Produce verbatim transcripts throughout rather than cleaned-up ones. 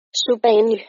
Souvenir.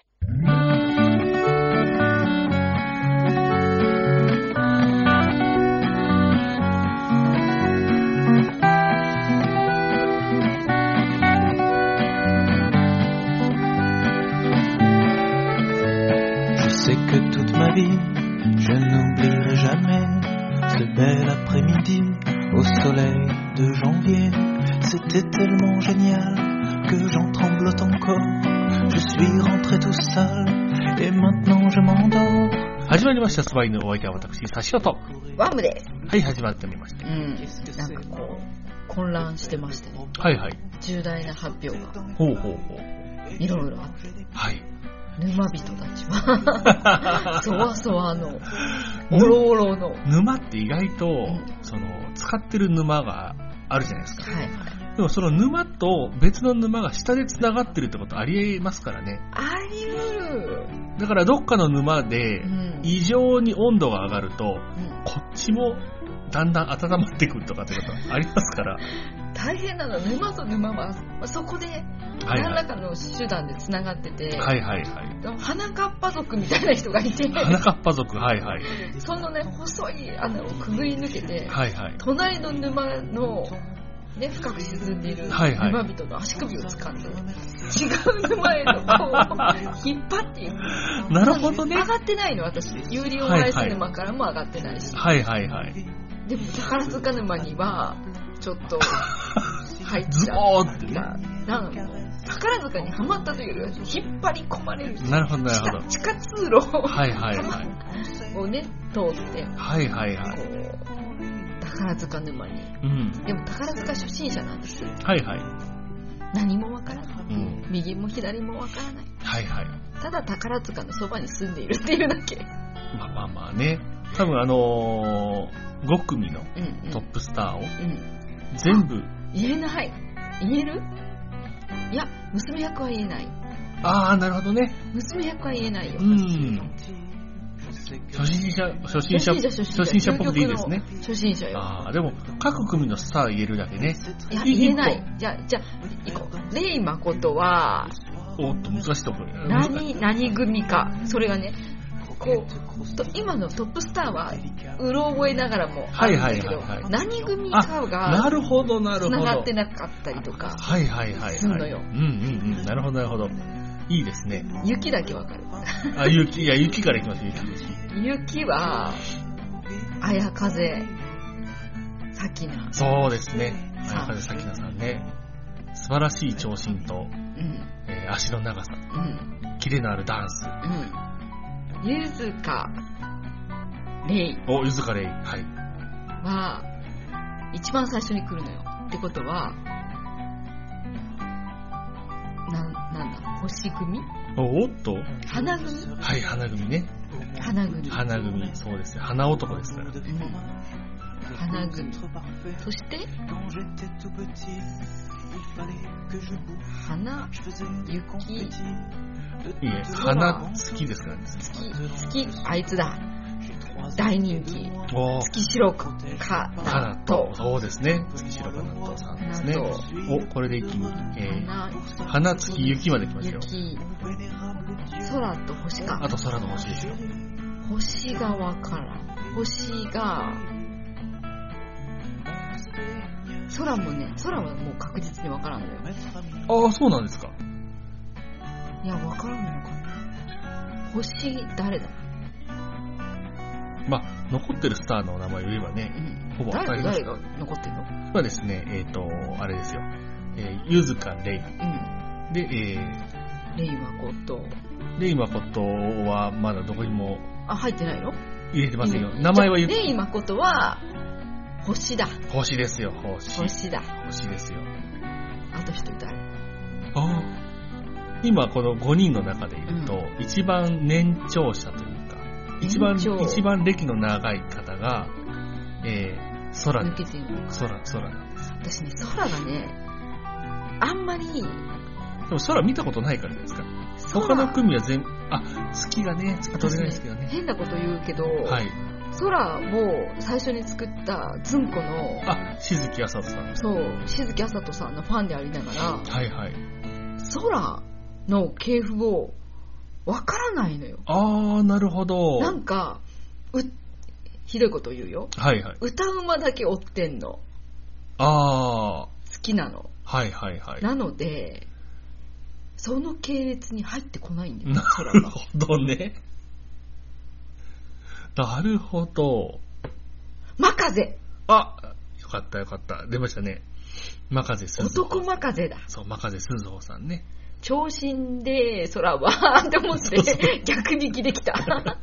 Je sais que toute ma vie, je n'oublierai jamais ce bel après-midi au soleil de janvier. C'était tellement génial que j'en tremblote encore. Je suis rentré tout seul et maintenant je m'endors. 始まりました。スパイのお相手は私、サシオと。 ワムです。 はい、始まっておりました。 うん。なんかこう、混乱してましたね。 はいはい。 重大な発表が。 ほうほうほう。 いろいろあって。 はい。 沼人たちは、そわそわの、おろおろの。 沼って意外と、 うん、その、使ってる沼があるじゃないですか。 はいはい。 でもその沼と別の沼が下で繋がってるってことありえますからね。 あり得る。 だからどっかの沼で異常に温度が上がると、うん、こっちもだんだん温まってくるとかってことありますから。 大変なの。沼と沼はそこで何らかの手段で繋がってて、 はいはいはい。 花かっぱ族みたいな人がいて、 花かっぱ族、はいはい。 そのね、細い穴をくぐり抜けて、 はいはい、隣の沼のね、深く沈んでいる沼人の足首を掴んで、はいはい、違う沼へとこう引っ張っていく。 なるほどね。 上がってないの、私。有利オアイス沼からも上がってないし。 はいはいはい。 でも宝塚沼にはちょっと入っちゃう。 ズボーってね。 なんか宝塚にはまったというよりは引っ張り込まれる。 なるほどなるほど。 地下通路を、 はいはいはい、 をね通って、 はいはいはい。 宝塚沼に、うん、でも宝塚初心者なんですよ。 はいはい。 何もわからない、 うん、 右も左もわからない。 はいはい。 ただ宝塚のそばに住んでいるっていうだけ。 まあまあまあね。多分あのー、ご組のトップスターを、うんうん、全部言えない。言える？いや、娘役は言えない。 ああ、なるほどね。 娘役は言えないよ。 うん。初心者、初心者、初心者っぽくていいですね。 初心者よ。 ああ、でも、各組のスター言えるだけね。 いや、言えない。じゃあ、じゃあ、行こう。レイマコトは、 おっと、難しいところ。 何、何組か。それがね、こう、今のトップスターは、うろ覚えながらもあるんだけど、はいはいはいはい、何組かが、 なるほど、なるほど。 繋がってなかったりとか、 はいはいはい。 するのよ。 うんうんうん。なるほど、なるほど。いいですね。 雪だけわかる。 あ、雪、いや、雪からいきましょう、雪。 雪は、綾風咲菜。 そうですね。綾風咲菜さんね。素晴らしい長身と、うんえー、足の長さ、うん、キレのあるダンス。 うん、ゆずかれい。 お、ゆずかれい。はい。 は、一番最初に来るのよ。ってことは、な、なんだ、星組？ おっと花組？ はい、花組ね。 花組。 花組、そうですね。花男ですから。うん、 花組。そして、花、雪、 いえ、花月ですからね。 月、月、あいつだ。大人気。月白くかなと。 そうですね。月白かなとさんですね。お、これで一気に、えー、花月雪まで来ましたよ。 雪。空と星か。 あと空と星ですよ。 星がわからん。星が、空もね、空はもう確実にわからんのよ。 ああ、そうなんですか。 いや、わからんのかな。星、誰だ？ まあ、残ってるスターの名前を言えばね、うん、ほぼ当たります。 誰が残ってるの？ はですね、えっ、ー、と、あれですよ。えー、ゆずかれい。うん、で、えー、レイマコト。 レイマコトはまだどこにも。 あ、入ってないの？ 入れてませんよ。名前は言って。 レイマコトは、星だ。 星ですよ、星。 星だ。 星ですよ。 あと一人誰？ ああ。今このごにんの中で言うと、うん、一番年長者というか、一番、一番歴の長い方が、えー、空抜けてるの。 空、空なんです。 私ね、空がね、あんまり。でも空見たことないからですか？他の組は全、あ、月がね、月取れないですけどね。 変なこと言うけど、 はい。 空を最初に作ったずんこの、 あ、静木あさとさん。 そう、静木あさとさんのファンでありながら、 はいはい。 空の系譜をわからないのよ。 ああ、なるほど。 なんかうひどいこと言うよ。 はいはい。 歌うまだけ追ってんの。 ああ。 好きなの。 はいはいはい。 なのでその系列に入ってこないんだよ。 なるほどね。なるほど。 マカゼ。 あ、よかったよかった。出ましたね。マカゼスズホ。 男マカゼだ。 そう、マカゼスズホさんね。 長身で空はって思って逆引きできた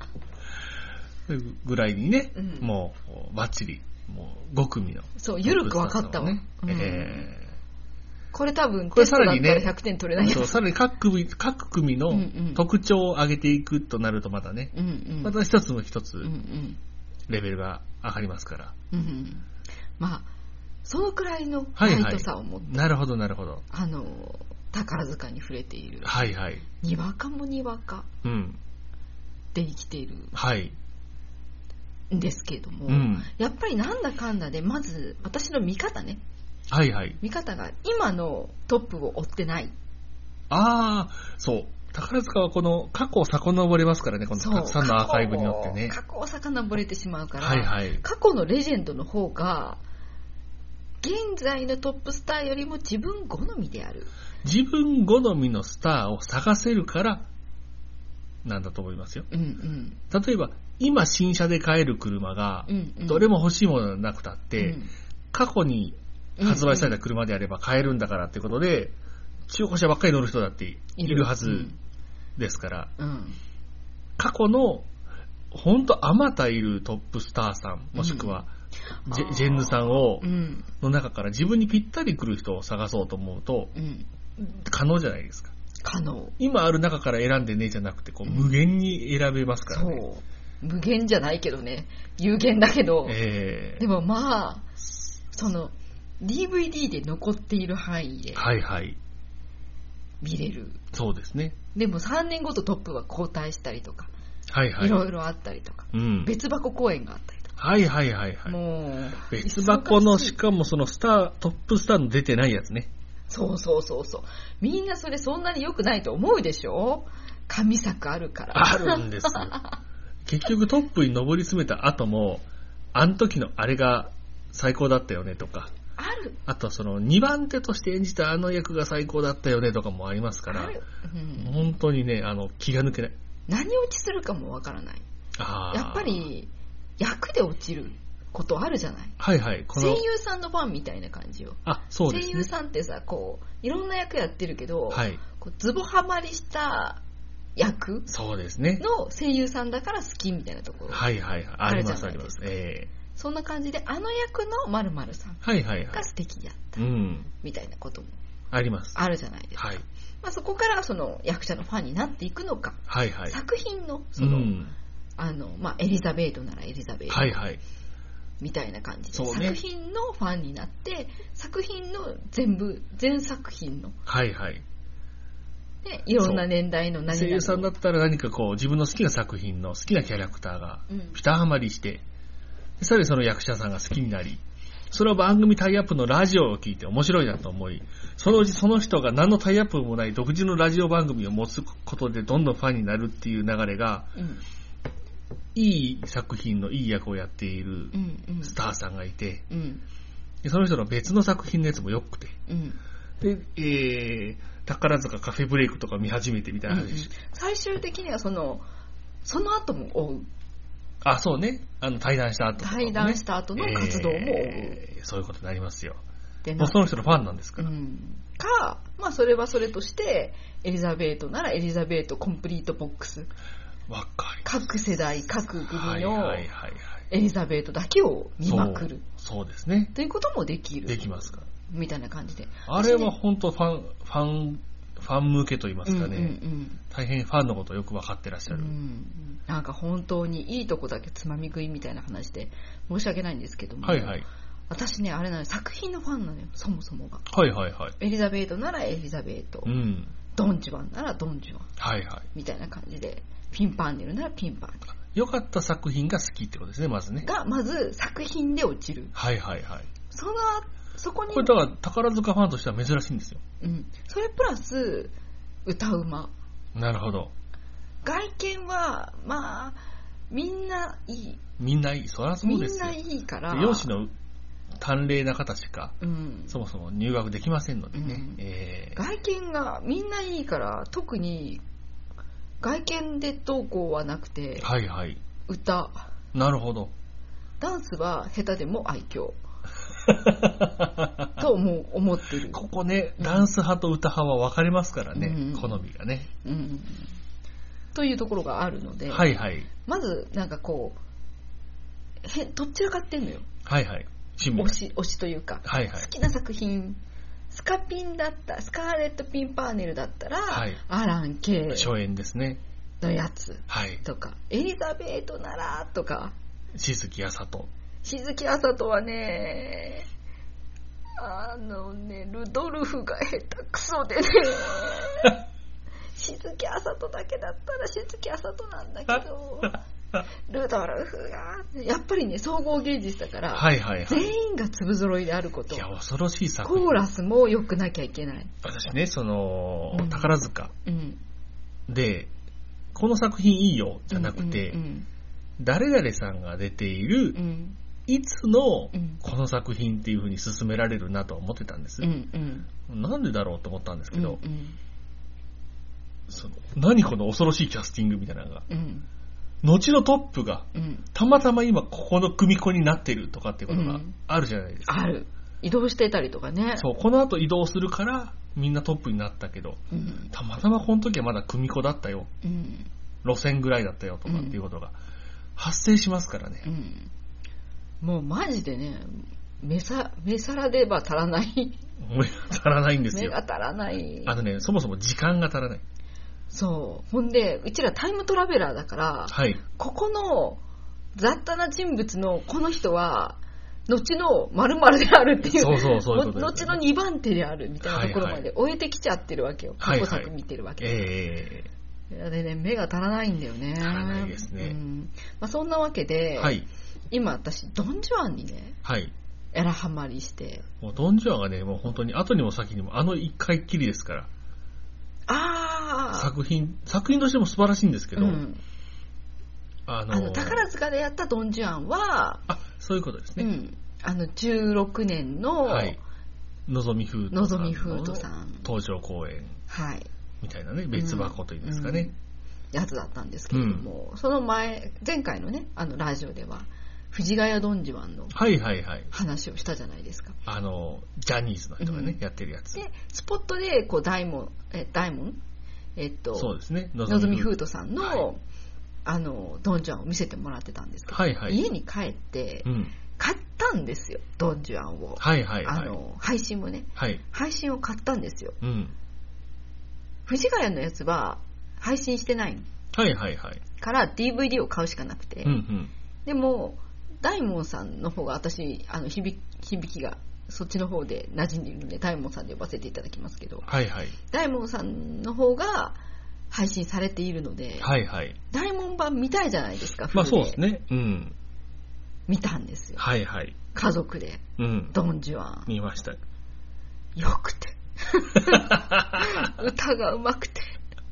ぐらいにね、 うん、 もうバッチリもうご組の、 そうゆるく分かったわ、ねうんえー、これ多分これさらにねテストだったらひゃくてん取れないやつ。 そうさらに各組各組の特徴を上げていくとなるとまたね、 うんうん、 また一つも一つレベルが上がりますから、 うんうん、まあそのくらいのライトさを持って、 はいはい、なるほどなるほど、 あの宝塚に触れている、 はいはい、 にわかもにわかで生きている、 はいんですけれども、 うん、 やっぱりなんだかんだでまず私の見方ね、 はいはい、 見方が今のトップを追ってない。 ああ、そう宝塚はこの過去を遡れますからね、このたくさんのアーカイブによってね、 過去を遡れてしまうから、 はいはい、 過去のレジェンドの方が現在のトップスターよりも自分好みである。 自分好みのスターを探せるからなんだと思いますよ、 うんうん、 例えば今新車で買える車がどれも欲しいものがなくたって、うん、過去に発売された車であれば買えるんだからってことで、うんうん、中古車ばっかり乗る人だっているはずですから、 うんうん、 過去の本当あまたいるトップスターさんもしくは、うん、ジ, ェジェンヌさんを、うん、の中から自分にぴったり来る人を探そうと思うと、うん、可能じゃないですか。 可能。 今ある中から選んでねじゃなくてこう無限に選べますからね、 うん、そう無限じゃないけどね、有限だけど、 えー、 でもまあその ディーブイディー で残っている範囲で見れる、 はいはい、そうですね。 でもさんねんごとトップは交代したりとか、 はいはい、 いろいろあったりとか、うん、別箱公演があったりとか、 はいはいはいはい、もう別箱のしかもそのスタートップスターの出てないやつね。 そうそうそうそう、みんなそれそんなに良くないと思うでしょ。神作あるから。 あるんです結局トップに上り詰めた後もあの時のあれが最高だったよねとかある。 あとそのにばん手として演じたあの役が最高だったよねとかもありますから、うん、本当にね、あの気が抜けない。 何落ちするかもわからない。あ、やっぱり役で落ちることあるじゃない。 はいはい。 この声優さんのファンみたいな感じよ。 あ、そうですね。 声優さんってさ、こういろんな役やってるけど、 はい、 こうズボハマりした役そうですねの声優さんだから好きみたいなところ、 はいはいはい、ありますあります、えー、そんな感じであの役の〇〇さんが素敵だった、はいはいはい、みたいなこともありますあるじゃないですか、 はい、 まあ、そこからその役者のファンになっていくのか、 はいはい、 作品のその、うん、あのまあ、エリザベートならエリザベート、 はいはい、 みたいな感じで、 ね、 作品のファンになって作品の全部全作品の、 はいはいでいろんな年代の何々の声優さんだったら何かこう自分の好きな作品の好きなキャラクターがピタハマりして、うん、さらにその役者さんが好きになり、それを番組タイアップのラジオを聞いて面白いなと思い、そのうちその人が何のタイアップもない独自のラジオ番組を持つことでどんどんファンになるっていう流れが、うん、いい作品のいい役をやっているスターさんがいて、うんうん、でその人の別の作品のやつもよくて、うん、で、えー宝塚カフェブレイクとか見始めてみたいな話、うんうん、 最終的にはそのその後も追う。 あ、そうね、あの対談した後とかもね、 対談した後の活動も追う、 えー、そういうことになりますよ。でもうその人のファンなんですから、うん、 か、まあ、それはそれとしてエリザベートならエリザベートコンプリートボックス、 わかり各世代各組のエリザベートだけを見まくる、 そう、そうですね、 ということもできる、 できますからみたいな感じで、 あれは本当ファン、ファン、ファン向けと言いますかね、うんうんうん、大変ファンのことをよく分かってらっしゃる、うん、 なんか本当にいいとこだけつまみ食いみたいな話で申し訳ないんですけども、 はいはい、 私ねあれなの、作品のファンなのよ、そもそもが、 はいはいはい、 エリザベートならエリザベート、うん、ドンジュワンならドンジュワン、 はいはい、 みたいな感じで、ピンパーネルならピンパーネル、 良かった作品が好きってことですね、まずね、 がまず作品で落ちる、 はいはいはい、 そのそこにこれだから宝塚ファンとしては珍しいんですよ、 うん、それプラス歌うま。 なるほど。 外見はまあみんないい。 みんないい。そりゃそうですよ。 みんないいから。 容姿の端麗な方しか、 うん、 そもそも入学できませんのでね、 うんえー、 外見がみんないいから特に外見でどうこうはなくて、 はいはい、 歌。 なるほど。 ダンスは下手でも愛嬌とも思ってる。 ここね、ダンス派と歌派は分かれますからね、うん、好みがね、 うん、というところがあるので、 はいはい、 まずなんかこうへどっちらかってんのよ。 はいはい、 推し推しというか、 はいはい、 好きな作品、スカピンだったスカーレット・ピンパーネルだったら、はい、アラン・ケイ初演ですねのやつ、 はい、 とかエリザベートならとか、 静木あさと静木あさとはね、あのねルドルフが下手くそでね静木あさとだけだったら静木あさとなんだけどルドルフがやっぱりね総合芸術だから、 はいはいはい、 全員が粒揃いであること。 いや恐ろしい作品。 コーラスも良くなきゃいけない。 私ねその、 うん、 宝塚、 うん、 でこの作品いいよじゃなくて、 うんうんうん、 誰々さんが出ている、うん、いつのこの作品っていう風に進められるなとは思ってたんです、 うんうん、なんでだろうと思ったんですけど、 うんうん、 その何この恐ろしいキャスティングみたいなのが、 うん、 後のトップが、 うん、 たまたま今ここの組子になってるとかっていうことがあるじゃないですか、 うん、ある。移動してたりとかね。 そう、この後移動するからみんなトップになったけど、 うん、 たまたまこの時はまだ組子だったよ、 うん、 路線ぐらいだったよとかっていうことが発生しますからね、 うん、もうマジでね目さ、目皿では足らない目が足らないんですよ。 目が足らない。 あのね、そもそも時間が足らない。 そう。ほんでうちらタイムトラベラーだから、 はい、 ここの雑多な人物のこの人は後の〇〇であるっていう、 そうそうそういうことですね、 後のにばん手であるみたいなところまで終えてきちゃってるわけよ、過去作見てるわけ、 はいはい、えー、でね、目が足らないんだよね。 足らないですね、 うん、まあ、そんなわけで、 はい、 今私ドン・ジュアンにね、 はい、 えらはまりして、 もうドン・ジュアンがねもう本当に後にも先にもあの一回きりですから、 あ作品作品としても素晴らしいんですけど、うん、 あのあの宝塚でやったドン・ジュアンは、 あ、そういうことですね、 うん、あのじゅうろくねんの、 はい、のぞみ風斗さんの登場公演みたいなね、別箱というんですかね、うんうん、 やつだったんですけれども、うん、その前前回のねあのラジオでは藤ヶ谷ドン・ジュアンの話をしたじゃないですか、 はいはいはい、あのジャニーズの人がね、うん、やってるやつでスポットでこう大門え大門えっとそうですね、 のぞみ風斗さんの、はい、あのドン・ジュアンを見せてもらってたんですけど、 はいはい、 家に帰って、うん、買ったんですよドン・ジュアンを、 はいはいはい、 あの配信もね、 はい、 配信を買ったんですよ、 うん、 藤ヶ谷のやつは配信してない、 はいはいはい、 から ディーブイディー を買うしかなくて、 うんうん、 でも大門さんの方が私あの響きがそっちの方で馴染んでいるので大門さんで呼ばせていただきますけど、 はいはい、 大門さんの方が配信されているので、 はいはい、 大門版見たいじゃないですか。 まあそうですね、うん、 見たんですよ、 はいはい、 家族で、うん、ドン・ジュアン見ました。 よくて歌がうまくて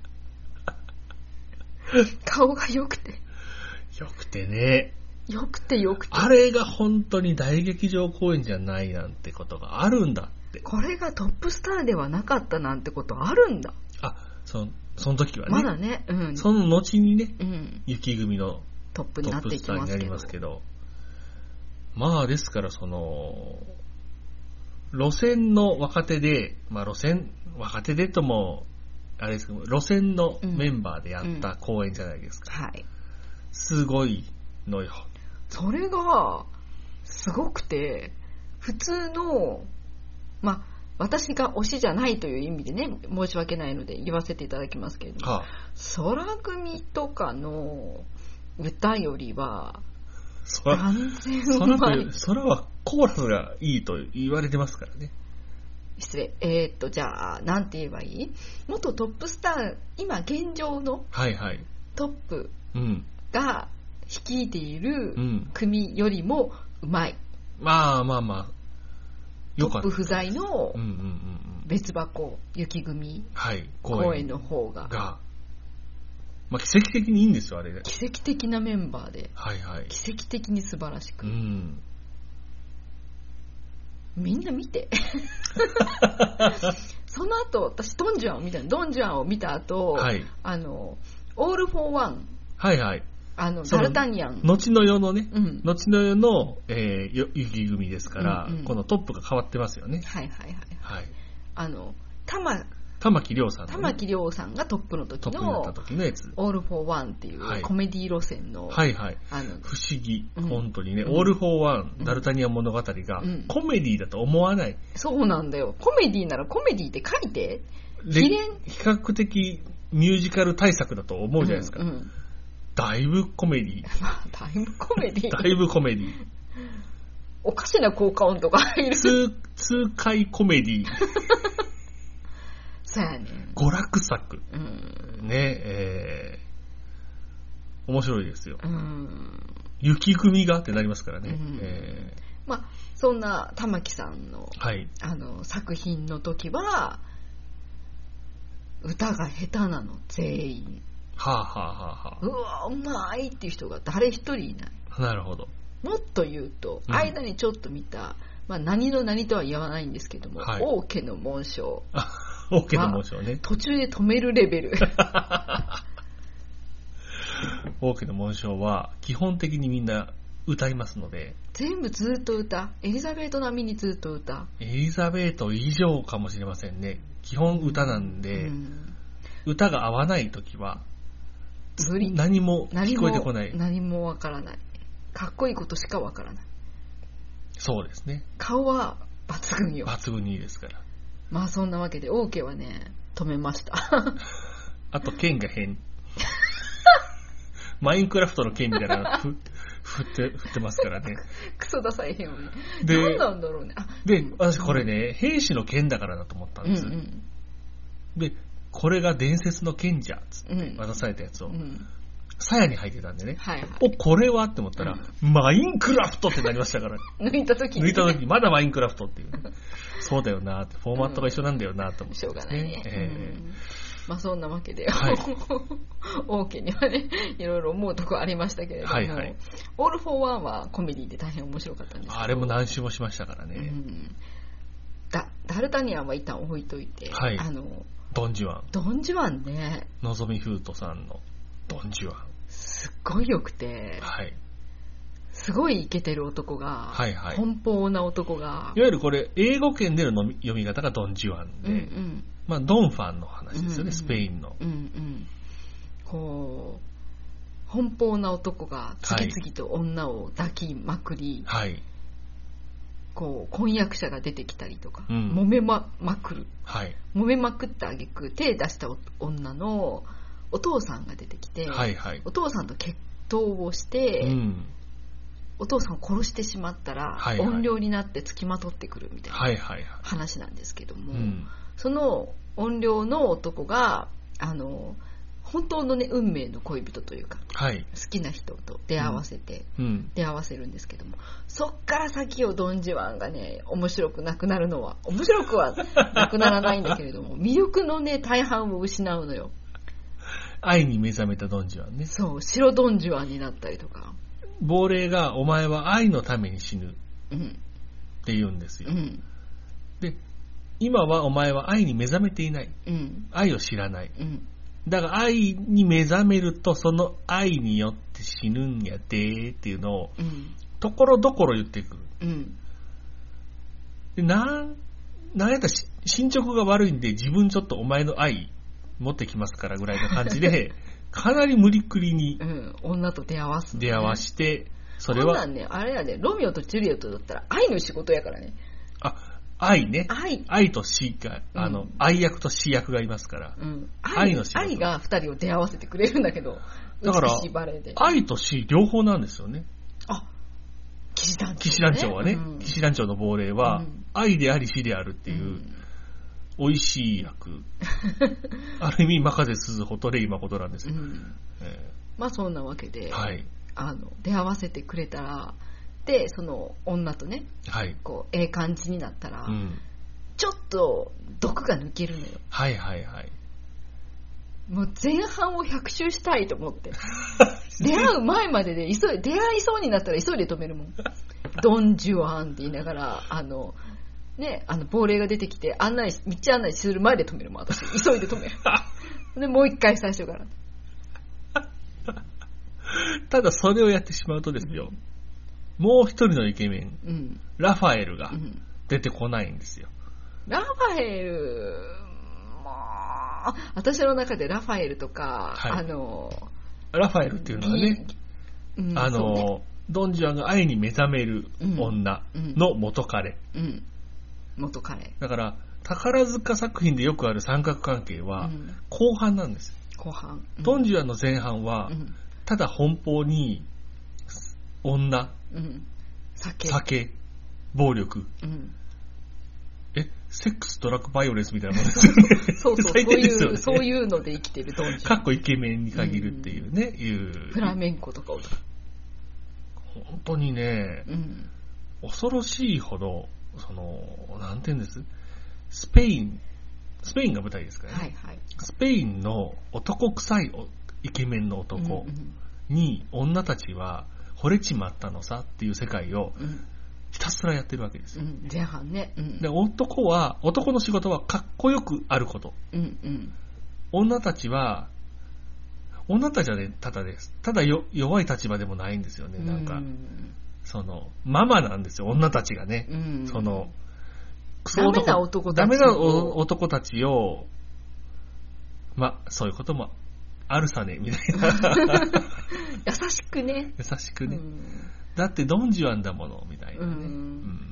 顔がよくてよくてね、 よくてよくて、 あれが本当に大劇場公演じゃないなんてことがあるんだって、 これがトップスターではなかったなんてことあるんだ。 あ、その、その時はね、 まだね、うん、 その後にね、 うん、 雪組のトップになっていきますけど、 トップスターになりますけど、まあですからその路線の若手で、まあ路線若手でともあれですけど、路線のメンバーでやった公演じゃないですか、 うんうん、はい、 すごいのよ。 それがすごくて、普通の、まあ私が推しじゃないという意味でね、申し訳ないので言わせていただきますけれども、はあ、空組とかの歌よりは断然うまい。 空, 空はコーラスがいいと言われてますからね。 失礼。えー、っとじゃあなんて言えばいい？元トップスター、今現状のトップが率いている組よりもうまい、 うん、まあまあまあトップ不在の別箱雪組、 はい、 公演の方がが、まあ、奇跡的にいいんですよあれ。 奇跡的なメンバーで、 はいはい、 奇跡的に素晴らしく、 うん、 みんな見てその後私ドンジュアンを見たドンジュアンを見た後、はい、あのオールフォーワン、 はいはい、 あのダルタニアン、 後の世のね、うん、後の世の、えー、雪組ですから、うんうん、このトップが変わってますよね。 はいはいはい、 はい、 あの玉玉木亮さん、ね、 玉木亮さんがトップの時のオールフォーワンっていうコメディ路線の、 はいはいはい、 あの不思議、うん、本当にね、うん、オールフォーワン、うん、ダルタニアン物語がコメディだと思わない、うん、 そうなんだよ。コメディならコメディって書いて、 比較的ミュージカル大作だと思うじゃないですか、うんうん、だいぶコメディだいぶコメディだいぶコメディおかしな効果音とか入る痛快コメディそうやね、 娯楽作、うん、ねえー、面白いですよ、うん、雪組がってなりますからね、うんえー、まあそんな玉木さんの、 はい、 あの作品の時は歌が下手なの全員、 はあはあはあ、 うわうまいっていう人が誰一人いない。 なるほど。 もっと言うと、うん、間にちょっと見た、まあ、何の何とは言わないんですけども、はい、王家の紋章王家の紋章ね、 途中で止めるレベル王家の紋章は基本的にみんな歌いますので、 全部ずっと歌、エリザベート並みにずっと歌、 エリザベート以上かもしれませんね。基本歌なんで、うん、歌が合わないときは何も聞こえてこない、 何もわからない、かっこいいことしかわからない。 そうですね。 顔は抜群よ。 抜群にいいですから。 まあそんなわけで王家はね止めましたあと剣が変マインクラフトの剣みたいなふ振って振ってますからね。 クソダサい変をね。何なんだろうね。あで私これね、うん、兵士の剣だからだと思ったんです、うんうん、でこれが伝説の剣じゃつって渡されたやつを、うん鞘に入ってたんでね、 はいはい、 おこれはって思ったら、うん、マインクラフトってなりましたから抜いた時に抜いた時まだマインクラフトっていう、ね、そうだよなってフォーマットが一緒なんだよなと思って、 ね、しょうがないね、えーうん、まあそんなわけで、 はい、 王家にはねいろいろ思うとこありましたけれども、 はいはい、 オールフォーワンはコメディで大変面白かったんですけど、 あれも何周もしましたからね、うん、 だダルタニアンは一旦置いといて、 はい、 あのドンジュワンドンジュワンね、 のぞみフートさんのドンジュワンすっごい良くて、 はい、 すごいイケてる男が、 はいはい、 奔放な男が、 いわゆるこれ英語圏での読み方がドンジュワンで、うんうんまあ、ドンファンの話ですよね、うんうん、スペインの、 うんうん、こう奔放な男が次々と女を抱きまくり、 はい、 こう婚約者が出てきたりとか、うん、揉め ま, まくる、 はい、 揉めまくった挙句手出した女のお父さんが出てきて、 はいはい、 お父さんと決闘をして、うん、お父さんを殺してしまったら、はいはい、怨霊になって付きまとってくるみたいな話なんですけども、はいはいはい、その怨霊の男があの本当の、ね、運命の恋人というか、 はい、 好きな人と出会わせて、 うん、 出会わせるんですけども、そっから先をドンジュワンがね面白くなくなるのは面白くはなくならないんだけれども魅力のね大半を失うのよ。 愛に目覚めたドンジュワンね。 そう白ドンジュワンになったりとか、 亡霊がお前は愛のために死ぬって言うんですよ、うん、で今はお前は愛に目覚めていない、うん、愛を知らない、うん、だから愛に目覚めるとその愛によって死ぬんやでっていうのを、うん、ところどころ言ってくる、うん、でなんなんやったら進捗が悪いんで自分ちょっとお前の愛持ってきますからぐらいの感じでかなり無理くりに、 うん、女と出会わす、 ね、出会わしてそれはこんなんねあれやでロミオとジュリエットだったら愛の仕事やからね。 あ愛ね愛, 愛と死が、うん、あの愛役と死役がいますから、 うん、愛, 愛の仕事愛が二人を出会わせてくれるんだけどだから愛と死両方なんですよね。 あ騎士団長、ね、 騎士団長はね、うん、騎士団長の亡霊は、うん、愛であり死であるっていう、うん美味しい役ある意味真風鈴ほとれい誠なんですけど、うんえー、まあそんなわけで、 はい、 あの出会わせてくれたらでその女とね、 はい、 こうええ感じになったら、うん、 ちょっと毒が抜けるのよ。 はいはいはい。 もう前半をひゃく周したいと思って出会う前までで急い出会いそうになったら急いで止めるもんドンジュワンって言いながらあのねあの亡霊が出てきて案内道案内する前で止めるもん私急いで止めるでもう一回最初からただそれをやってしまうとですよ、うん、もう一人のイケメン、うん、ラファエルが出てこないんですよ、 うん、ラファエル私の中でラファエルとか、はい、あのラファエルっていうのはね、うん、あの、ね、ドンジュアンが愛に目覚める女の元彼、うんうん、 元彼だから宝塚作品でよくある三角関係は後半なんですよ、 後半、 うん、ドンジュアンの前半は、うん、ただ奔放に女、うん、 酒酒暴力、うんえ、セックス、ドラッグ、バイオレンスみたいなものですよね。 そうそう、そういう、そういうので生きてるドンジュアン。 かっこイケメンに限るっていうね、うん、いう。 フラメンコとかを。 本当にね、うん、恐ろしいほど、その、なんていうんです、スペイン、スペインが舞台ですからね。はいはい、スペインの男臭いイケメンの男に、女たちは惚れちまったのさっていう世界を、うんひたすらやってるわけですよ、うん、 前半ね、うん、 で男は男の仕事はかっこよくあること、うんうん、女たちは女たちはねただですただよ弱い立場でもないんですよねなんか、うん、そのママなんですよ女たちがね、うん、そのクソ男ダメな男たちダメな男たちをまそういうこともあるさねみたいな優しくね優しくね、うんだってドンジュアンだものみたいなね、うんうん、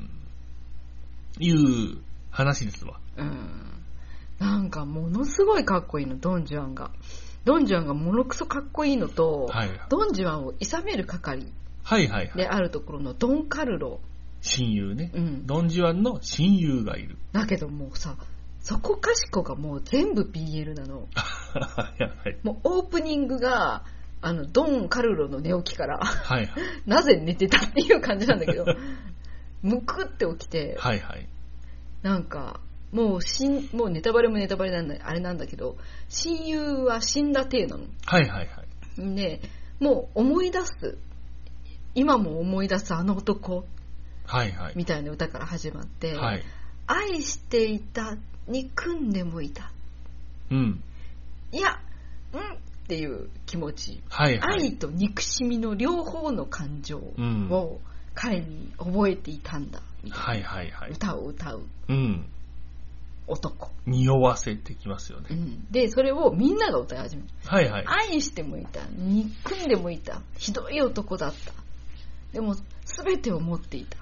いう話ですわ、うん、 なんかものすごいかっこいいのドンジュアンがドンジュアンがものくそかっこいいのと、はい、ドンジュアンを諌める係であるところのドンカルロ親友ね、うん、ドンジュアンの親友がいるだけどもうさそこかしこがもう全部 ビーエル なのやばいもうオープニングがあのドン・カルロの寝起きから、はい、なぜ寝てたっていう感じなんだけどむくって起きて、はいはい、なんかもうしんもうネタバレもネタバレなんだあれなんだけど親友は死んだ体なの、 はいはいはい、 でもう思い出す今も思い出すあの男、はいはい、みたいな歌から始まって、はい、愛していた憎んでもいた、うん、いやうんっていう気持ち、はいはい、愛と憎しみの両方の感情を彼に覚えていたんだみたいな、はいはいはい、歌を歌う、うん、男匂わせてきますよね、 うん、でそれをみんなが歌い始める、はいはい、愛してもいた憎んでもいたひどい男だったでも全てを持っていた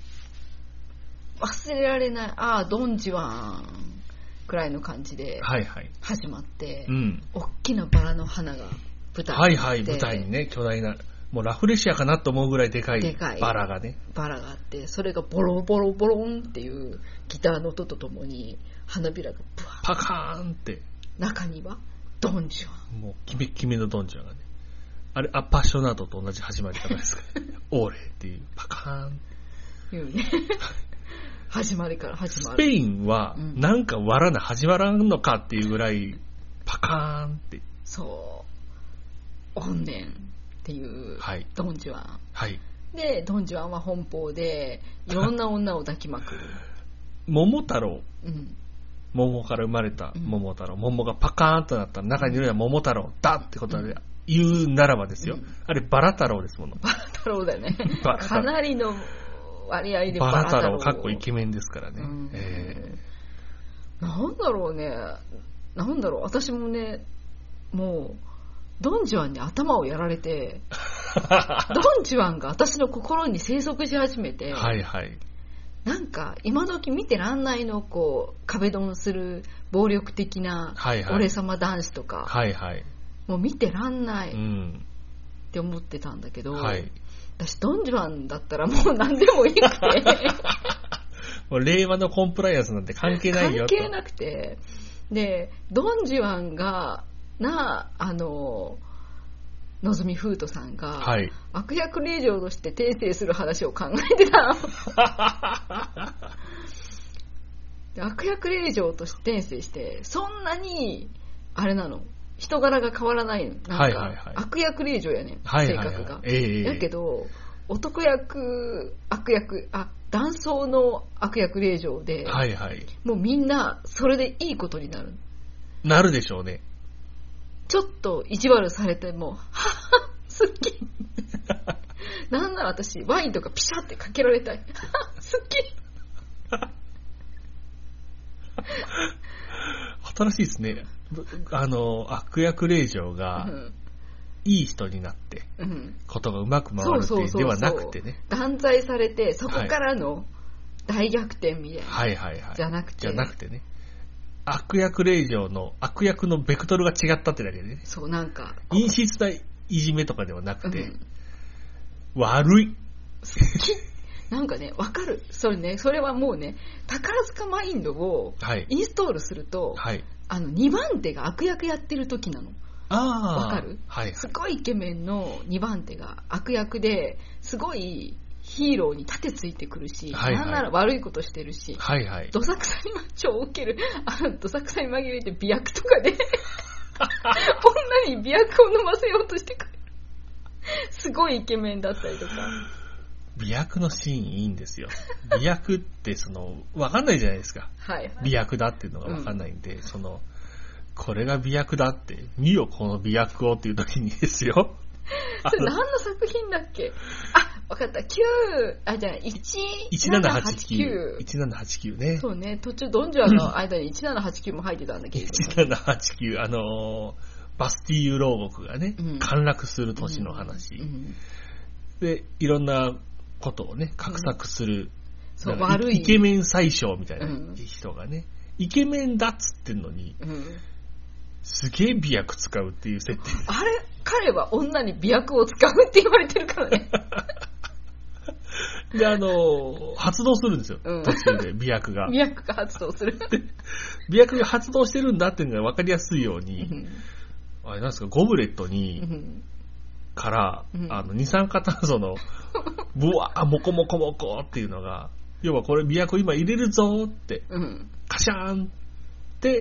忘れられないああドンジュアンくらいの感じで始まって、はいはいうん、大きなバラの花が舞台にはいはい舞台にね巨大なもうラフレシアかなと思うぐらいでかいバラがねバラがあってそれがボロボロボロンっていうギターの音とともに花びらがブワーパカーンって中にはドンジュアンもうキメキメのドンジュアンがねあれアパッショナートと同じ始まり方ですかオーレっていうパカーンっていうね始まりから始まるスペインはなんかわらな始まらんのかっていうぐらいパカーンってそう怨念っていうドンジュアン、はい、でドンジュアンは奔放でいろんな女を抱きまくる桃太郎、うん、桃から生まれた桃太郎、うん、桃がパカーンとなったら中にいるのは桃太郎だってことで言うならばですよ、うん、あれバラ太郎ですものバラ太郎だよねかなりの割合でバラ太郎かっこイケメンですからね、うんえー、なんだろうねなんだろう私もねもうドンジュアンに頭をやられてドンジュアンが私の心に生息し始めてはいはいなんか今時見てらんないのこう壁ドンする暴力的な俺様男子とか、はいはい、もう見てらんないって思ってたんだけど、うんはい私ドンジュアンだったらもう何でもいいくてもう令和のコンプライアンスなんて関係ないよ関係なくてでドンジュアンがなあののぞみふうとさんが、はい、悪役令嬢として訂正する話を考えてた悪役令嬢として転生して、そんなに、あれなの、人柄が変わらないの。なんか、はいはいはい、悪役令嬢やねん、 はいはいはい、 性格が。 えー、 だけど、男役、悪役、あ、男装の悪役令嬢で、 はいはい、 もうみんな、それでいいことになる。 なるでしょうね。 ちょっと意地悪されても、はっは、好き。なんなら私、ワインとかピシャってかけられたい。好き。 新しいですね。あの、悪役令嬢が、いい人になって、うん、ことがうまく回るっていうではなくてね。 断罪されて、そこからの大逆転みたいな。 はいはいはい。 じゃなくて。 じゃなくてね。悪役令嬢の悪役のベクトルが違ったってだけでね。 そう、なんか。 陰湿ないじめとかではなくて、うん、悪い。 なんかね、わかる。それね、それはもうね、宝塚マインドをインストールすると、はい、あのにばん手が悪役やってる時なの。 あわかる、 はいはい、 すごいイケメンのにばん手が悪役で、すごいヒーローに盾ついてくるし、はいはい、なんなら悪いことしてるし、 はいはい、 どさくさに超ウケる、あのどさくさに紛れて美薬とかで女に美薬を飲ませようとしてくるすごいイケメンだったりとか。 美薬のシーンいいんですよ。美薬ってその分かんないじゃないですか。 はい、はい、 美薬だっていうのが分かんないんで、うん、そのこれが美薬だって、見よこの美薬をっていう時にですよ。 それ何の作品だっけ？あ、分かった。きゅう、あ、じゃあ、いちななはちきゅう。 いちななはちきゅうね。 そうね。途中、ドンジュアの間にいちななはちきゅうも入ってたんだけど。いちななはちきゅう、あのー、バスティーユ牢獄がね、うん、陥落する年の話、うんうん。で、いろんなことをね、画策する。うん、 そう、悪い。 イケメン宰相みたいな人がね、うん、イケメンだっつってんのに、うん、すげえ美薬使うっていう設定。 あれ彼は女に美薬を使うって言われてるからね。 で、あの、発動するんですよ。うん、途中で美薬が。 美薬が発動する。 美薬が発動してるんだっていうのが分かりやすいように、うん、あれなんですか、ゴブレットに、うん、から、うん、あの、二酸化炭素の、ブワー、モコモコモコっていうのが、要はこれ美薬今入れるぞって、うん、カシャーンって、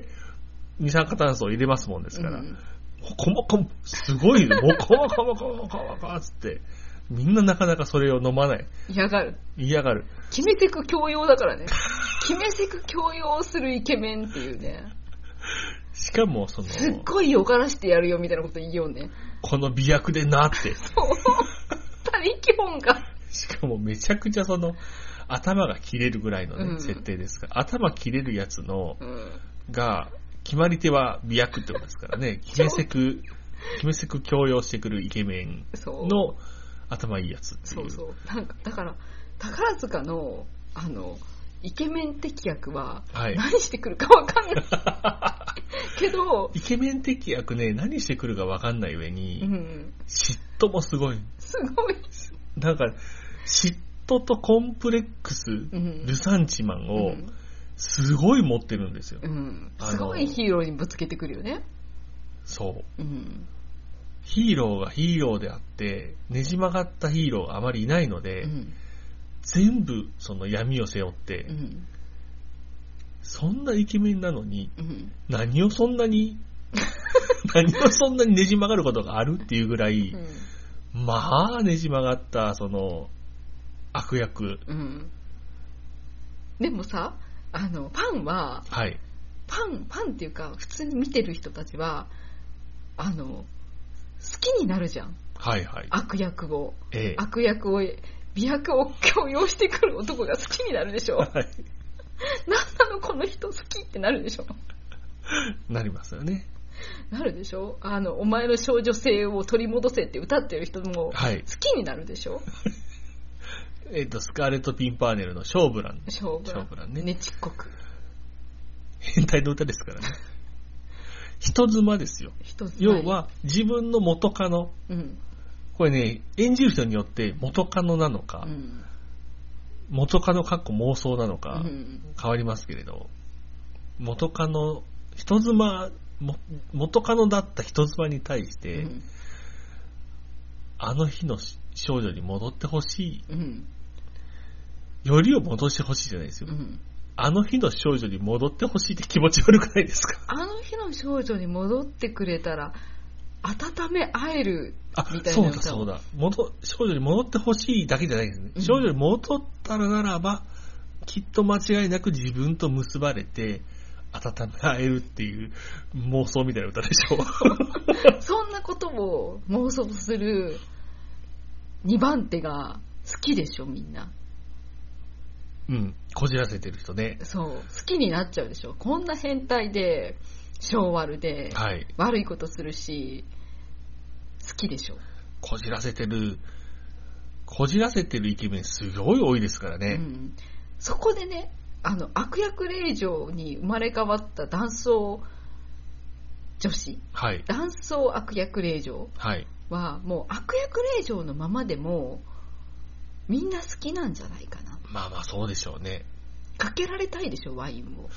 二酸化炭素を入れますもんですから、うん、モコモコ、すごい、モコモコモコモコモコつって、みんななかなかそれを飲まない。 嫌がる。 嫌がる。 決めてく教養だからね。決めてく教養をするイケメンっていうね。 しかもその。 すっごいよがらしてやるよみたいなこと言いようね。 この美薬でなって。 そう。他力本が。 しかもめちゃくちゃその、頭が切れるぐらいのね、うん、設定ですから。頭切れるやつの、うん、が、決まり手は美薬ってことですからね。決めせく、決めせく強要してくるイケメンの頭いいやつっていう。 そうそう。なんか、だから、宝塚の、あの、イケメン的役は、何してくるかわかんない。はい、けど、 イケメン的役ね、何してくるかわかんない上に、うん、嫉妬もすごい。 すごい。 なんか、嫉妬とコンプレックス、うん、ルサンチマンを、うんすごい持ってるんですよ、うん、 すごいヒーローにぶつけてくるよね。 そう、うん、ヒーローがヒーローであってねじ曲がったヒーローがあまりいないので、うん、全部その闇を背負って、うん、そんなイケメンなのに、うん、何をそんなに何をそんなにねじ曲がることがあるっていうぐらい、うん、まあねじ曲がったその悪役、うん、 でもさあのパンは、 はい、 パンパンっていうか普通に見てる人たちはあの好きになるじゃん、 はいはい、 悪役を、 ええ、 悪役を美薬を強要してくる男が好きになるでしょ、はい、なんなのこの人好きってなるでしょなりますよね。 なるでしょ。あのお前の少女性を取り戻せって歌ってる人も好きになるでしょ、はいえっと、スカーレット・ピンパーネルのショーブラン。 ショーブラン。ショーブランね。ねちっこく。 変態の歌ですからね。人妻ですよ。人妻。要は、自分の元カノ。うん。これね、演じる人によって元カノなのか、うん、元カノかっこ妄想なのか、変わりますけれど、元カノ、人妻、も元カノだった人妻に対して、うん、あの日の少女に戻ってほしい。うんよりを戻してほしいじゃないですよ、うん、 あの日の少女に戻ってほしいって気持ち悪くないですか？ あの日の少女に戻ってくれたら温め合えるみたいな。 そうだそうだ。戻少女に戻ってほしいだけじゃないですね。うん、少女に戻ったらならば、きっと間違いなく自分と結ばれて温め合えるっていう妄想みたいな歌でしょ。 そんなことを妄想するにばん手が好きでしょみんな。 うん、こじらせてる人ね。 そう、好きになっちゃうでしょ。こんな変態で性悪で、はい、悪いことするし好きでしょ。 こじらせてるこじらせてるイケメンすごい多いですからね、うん、 そこでね、あの悪役令嬢に生まれ変わった男装女子、はい、男装悪役令嬢はもう悪役令嬢のままでもみんな好きなんじゃないかな。 まあまあそうでしょうね。 かけられたいでしょワインを。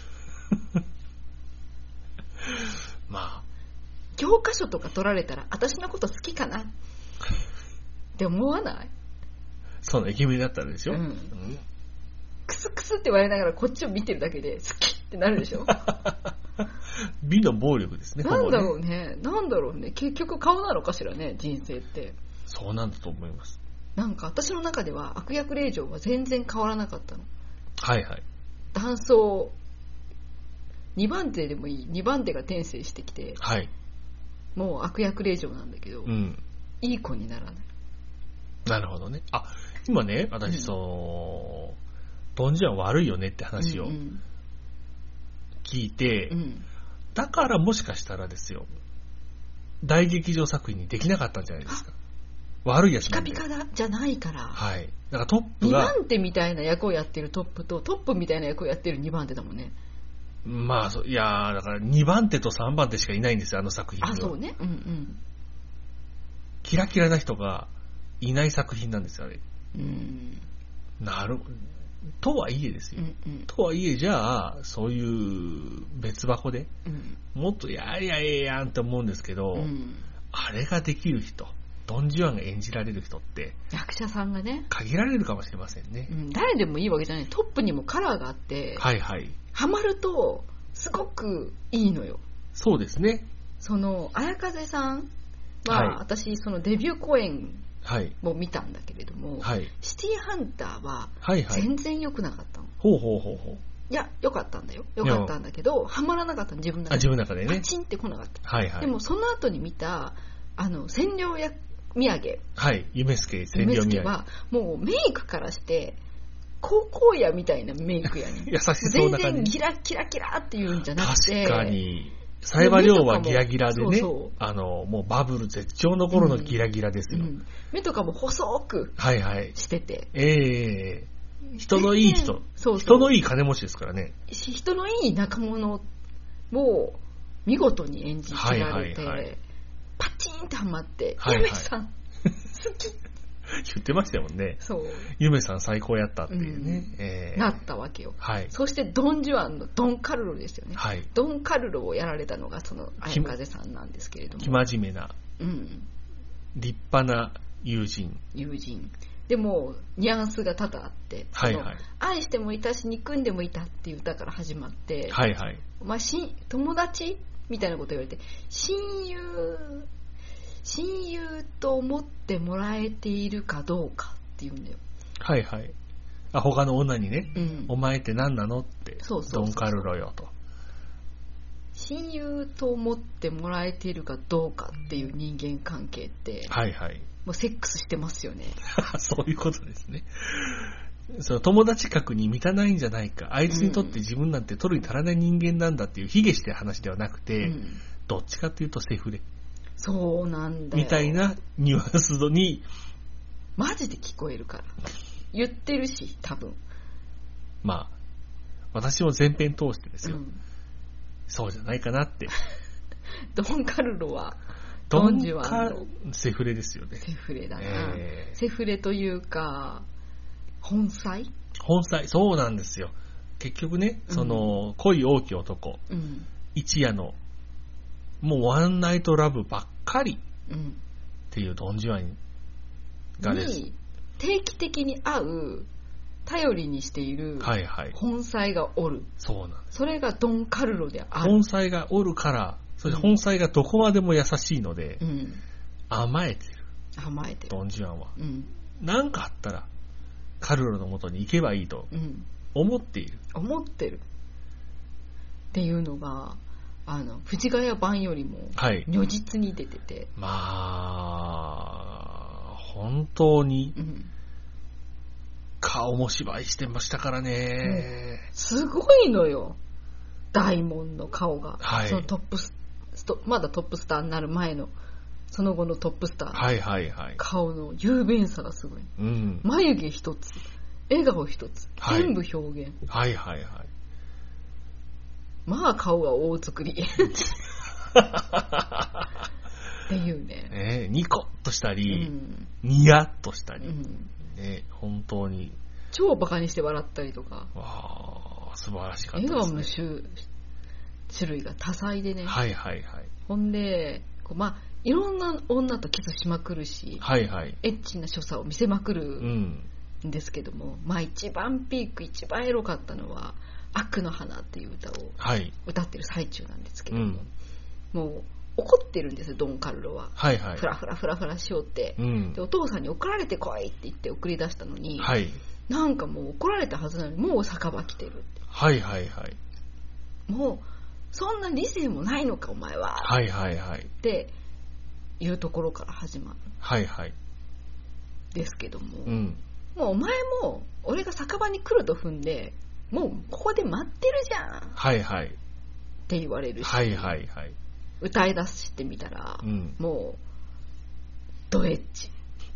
まあ教科書とか取られたら私のこと好きかなって思わない？ そのイケメンだったらでしょ、うんうん、 クスクスって言われながらこっちを見てるだけで好きってなるでしょ。 美の暴力ですね。 なんだろうね、なんだろうね、結局顔なのかしらね、人生って。 そうなんだと思います。 なんか私の中では悪役令嬢は全然変わらなかったの。 はいはい。 男装にばん手でもいい、にばん手が転生してきて、はい、もう悪役令嬢なんだけど、うん、いい子にならない。 なるほどね。あ、今ね、私その、うん、ドンジュアン悪いよねって話を聞いて、うんうん、だからもしかしたらですよ、大劇場作品にできなかったんじゃないですか。悪いやつなんで。 ピカピカだじゃないから。 はい。だからトップがにばん手みたいな役をやってるトップとトップみたいな役をやってるにばん手だもんね。 まあ、いやーだからにばん手とさんばん手しかいないんですよ、あの作品には。 あ、そうね。うんうん。 キラキラな人がいない作品なんですよ、あれ。 うん。 なるとはいえですよ、うんうん。とはいえ、じゃあ、そういう別箱で、うん、もっとやりゃええやんって思うんですけど、うん、あれができる人、ドン・ジュアンが演じられる人って役者さんがね限られるかもしれませんね、 うん、誰でもいいわけじゃない。トップにもカラーがあって、はいはい、ハマるとすごくいいのよ。 そうですね。 その綾風さんは、はい、私そのデビュー公演も見たんだけれども、はい、シティハンターは全然良くなかったの、 はいはい、ほうほうほうほう。 いや良かったんだよ、良かったんだけどハマらなかったの、自分の中で。 あ、自分の中でね。 パチンってこなかった、 はいはい、 でもその後に見たあの千両や土産、 はい、夢助千両土産はもうメイクからして高校屋みたいなメイクやね。 優しそうな感じ。 全然ギラキラキラっていうんじゃなくて、 確かにサイバリョウはギラギラでね、そうそう、あのもうバブル絶頂の頃のギラギラですよ、うんうん、 目とかも細くしてて、はいはい、 ええー、人のいい人、そうそう、人のいい金持ちですからね。 人のいい仲間を見事に演じられて、はいはいはい、パチンとハマって、はいはい、ゆめさん好き言ってましたもんね。そう。ゆめさん最高やったっていうね、うん、 えー、なったわけよ。はい。そしてドン・ジュアンのドン・カルロですよね。はい。ドン・カルロをやられたのがその綾風さんなんですけれども。 生真面目な、うん、立派な友人。 友人。でもニュアンスが多々あって、はいはい、愛してもいたし憎んでもいたっていう歌から始まって、はいはい。まあし友達みたいなこと言われて、親友。親友と思ってもらえているかどうかっていうんだよ。 はいはい。あ、他の女にね、うん、お前って何なのって、そうそうそうそう、ドンカルロよと。 親友と思ってもらえているかどうかっていう人間関係って、はいはい。もうセックスしてますよね。 そういうことですね。その友達格に満たないんじゃないか、あいつにとって自分なんて取るに足らない人間なんだっていう卑下して話ではなくて、うん、どっちかというとセフレ。 そうなんだよ。 みたいなニュアンスにマジで聞こえるから言ってるし、多分まあ私も前編通してですよ、うん、そうじゃないかなってドンカルロはドンジュワンのセフレですよね。 セフレだな、えー、セフレというか本妻本妻、そうなんですよ。結局ね、その、うん、恋多き男、うん、一夜のもうワンナイトラブばっかりっていうドン・ジュアンがです、 に定期的に会う頼りにしている本妻がおる、はいはい、 そうなんです。 それがドン・カルロである。 本妻がおるから、そして本妻がどこまでも優しいので、うん、甘えてる。 甘えてる。 ドン・ジュアンは。うん、なんかあったら、カルロの元に行けばいいと思っている。 うん、思ってる。っていうのが、あの藤ヶ谷版よりも如実に出てて、はい、 まあ本当に顔も芝居してましたからね、 うん、すごいのよ大門の顔が、はい、そのトップスまだトップスターになる前のその後のトップスターの顔の雄弁さがすごい、うん、眉毛一つ笑顔一つ、はい、全部表現、 はいはいはい、 まあ顔が大作りっていうね、 ねニコッとしたり、うん、ニヤッとしたり、うんね、本当に超バカにして笑ったりとか、 わ素晴らしかったですね。 笑顔の種, 種類が多彩でね、 はいはいはい、 ほんでこう、まあ、いろんな女とキスしまくるし、 はいはい、 エッチな所作を見せまくるんですけども、うん、まあ一番ピーク一番エロかったのは悪の花っていう歌を歌ってる最中なんですけども、はい、もう怒ってるんですよドン・カルロは、 はいはい、 フラフラフラフラしようって、うん、でお父さんに怒られてこいって言って送り出したのに、はい、なんかもう怒られたはずなのにもう酒場来てるって、 はいはいはい、 もうそんな理性もないのかお前は、 はいはいはい、 っていうところから始まる、 はいはい、 ですけども、 うん、 もうお前も俺が酒場に来ると踏んでもうここで待ってるじゃん、 はいはい、って言われるし、 はいはいはい、 歌い出してみたら、うん、もうドエッチ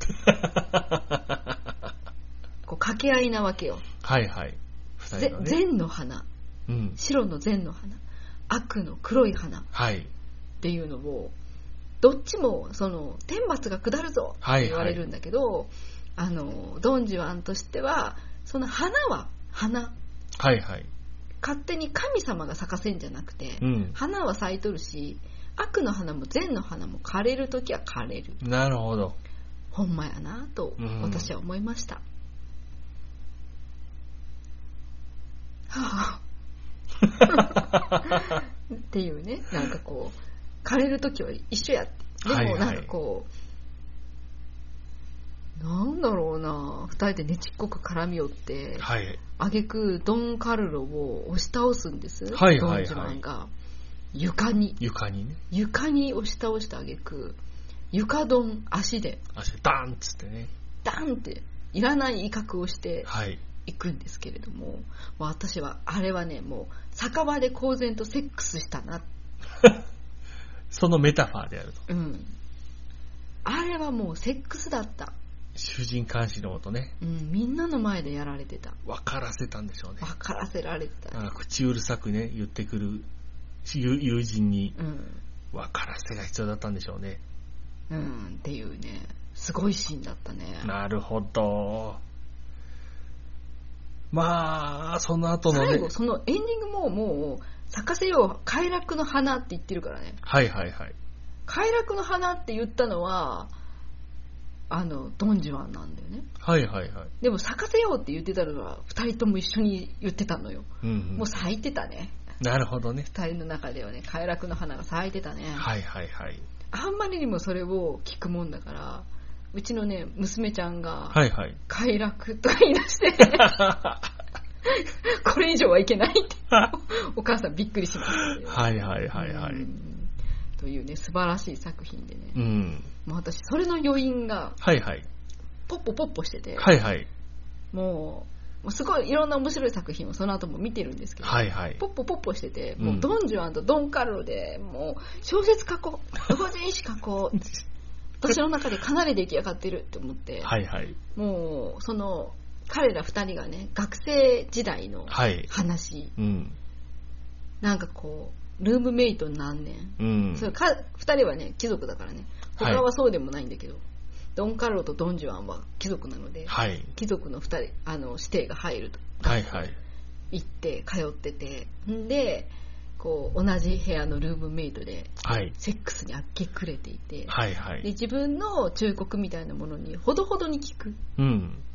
こう掛け合いなわけよ、 はいはい、 ふたりのね、善の花、うん、白の善の花、悪の黒い花、はい、っていうのをどっちもその天罰が下るぞって言われるんだけど、はいはい、あのドン・ジュアンとしてはその花は花、 はいはい、 勝手に神様が咲かせんじゃなくて、うん、花は咲いとるし悪の花も善の花も枯れるときは枯れる。 なるほど、 ほんまやなと私は思いました、うん、はあっていうね、なんかこう枯れるときは一緒やって、でもなんかこう、はいはい、なんだろうな、二人でねちっこく絡み寄って、はい、挙句ドン・カルロを押し倒すんです、はいはいはい、ドン・ジュアンが床に床にね床に押し倒した挙句床ドン足で足でダンっつってねダンっていらない威嚇をしていくんですけれども、はい、もう私はあれはねもう酒場で公然とセックスしたなそのメタファーであると、 うん、あれはもうセックスだった。 主人監視のことね、 うん、みんなの前でやられてた。 分からせたんでしょうね。 分からせられてた。 口うるさくね言ってくる友人に分からせが必要だったんでしょうね、 うん、うん、っていうねすごいシーンだったね。 なるほど。まあその後のね最後そのエンディングももう咲かせよう快楽の花って言ってるからね。 はいはいはい。 快楽の花って言ったのはあのドン・ジュアンなんだよね。 はいはいはい。 でも咲かせようって言ってたのはふたりとも一緒に言ってたのよ、うんうん、もう咲いてたね。 なるほどね。 ふたりの中ではね快楽の花が咲いてたね。 はいはいはい。 あんまりにもそれを聞くもんだからうちのね娘ちゃんが快楽とか言い出して、はい、これ以上はいけないってお母さんびっくりしました、 はいはいはいはい、うん、 というね素晴らしい作品でね、 うん、 もう私それの余韻がはいはいポッポポッポしてて、 はいはい、 もうすごいいろんな面白い作品をその後も見てるんですけど、 はいはい、 ポッポポッポしてて、もうドン・ジュアンとドン・カルロでもう小説書こう同人誌書こう私の中でかなり出来上がってるって思って、 はいはい、 もうその彼らふたりがね学生時代の話、はい、うん、なんかこうルームメイト何年、うん、それかふたりはね貴族だからね、他はそうでもないんだけど、はい、ドン・カルロとドン・ジュアンは貴族なので、はい、貴族のふたりあの指定が入ると、 はいはい、 行って通ってて、んでこう同じ部屋のルームメイトでセックスにあっけ暮れていて、 はいはい、 で自分の忠告みたいなものにほどほどに聞く、 うん、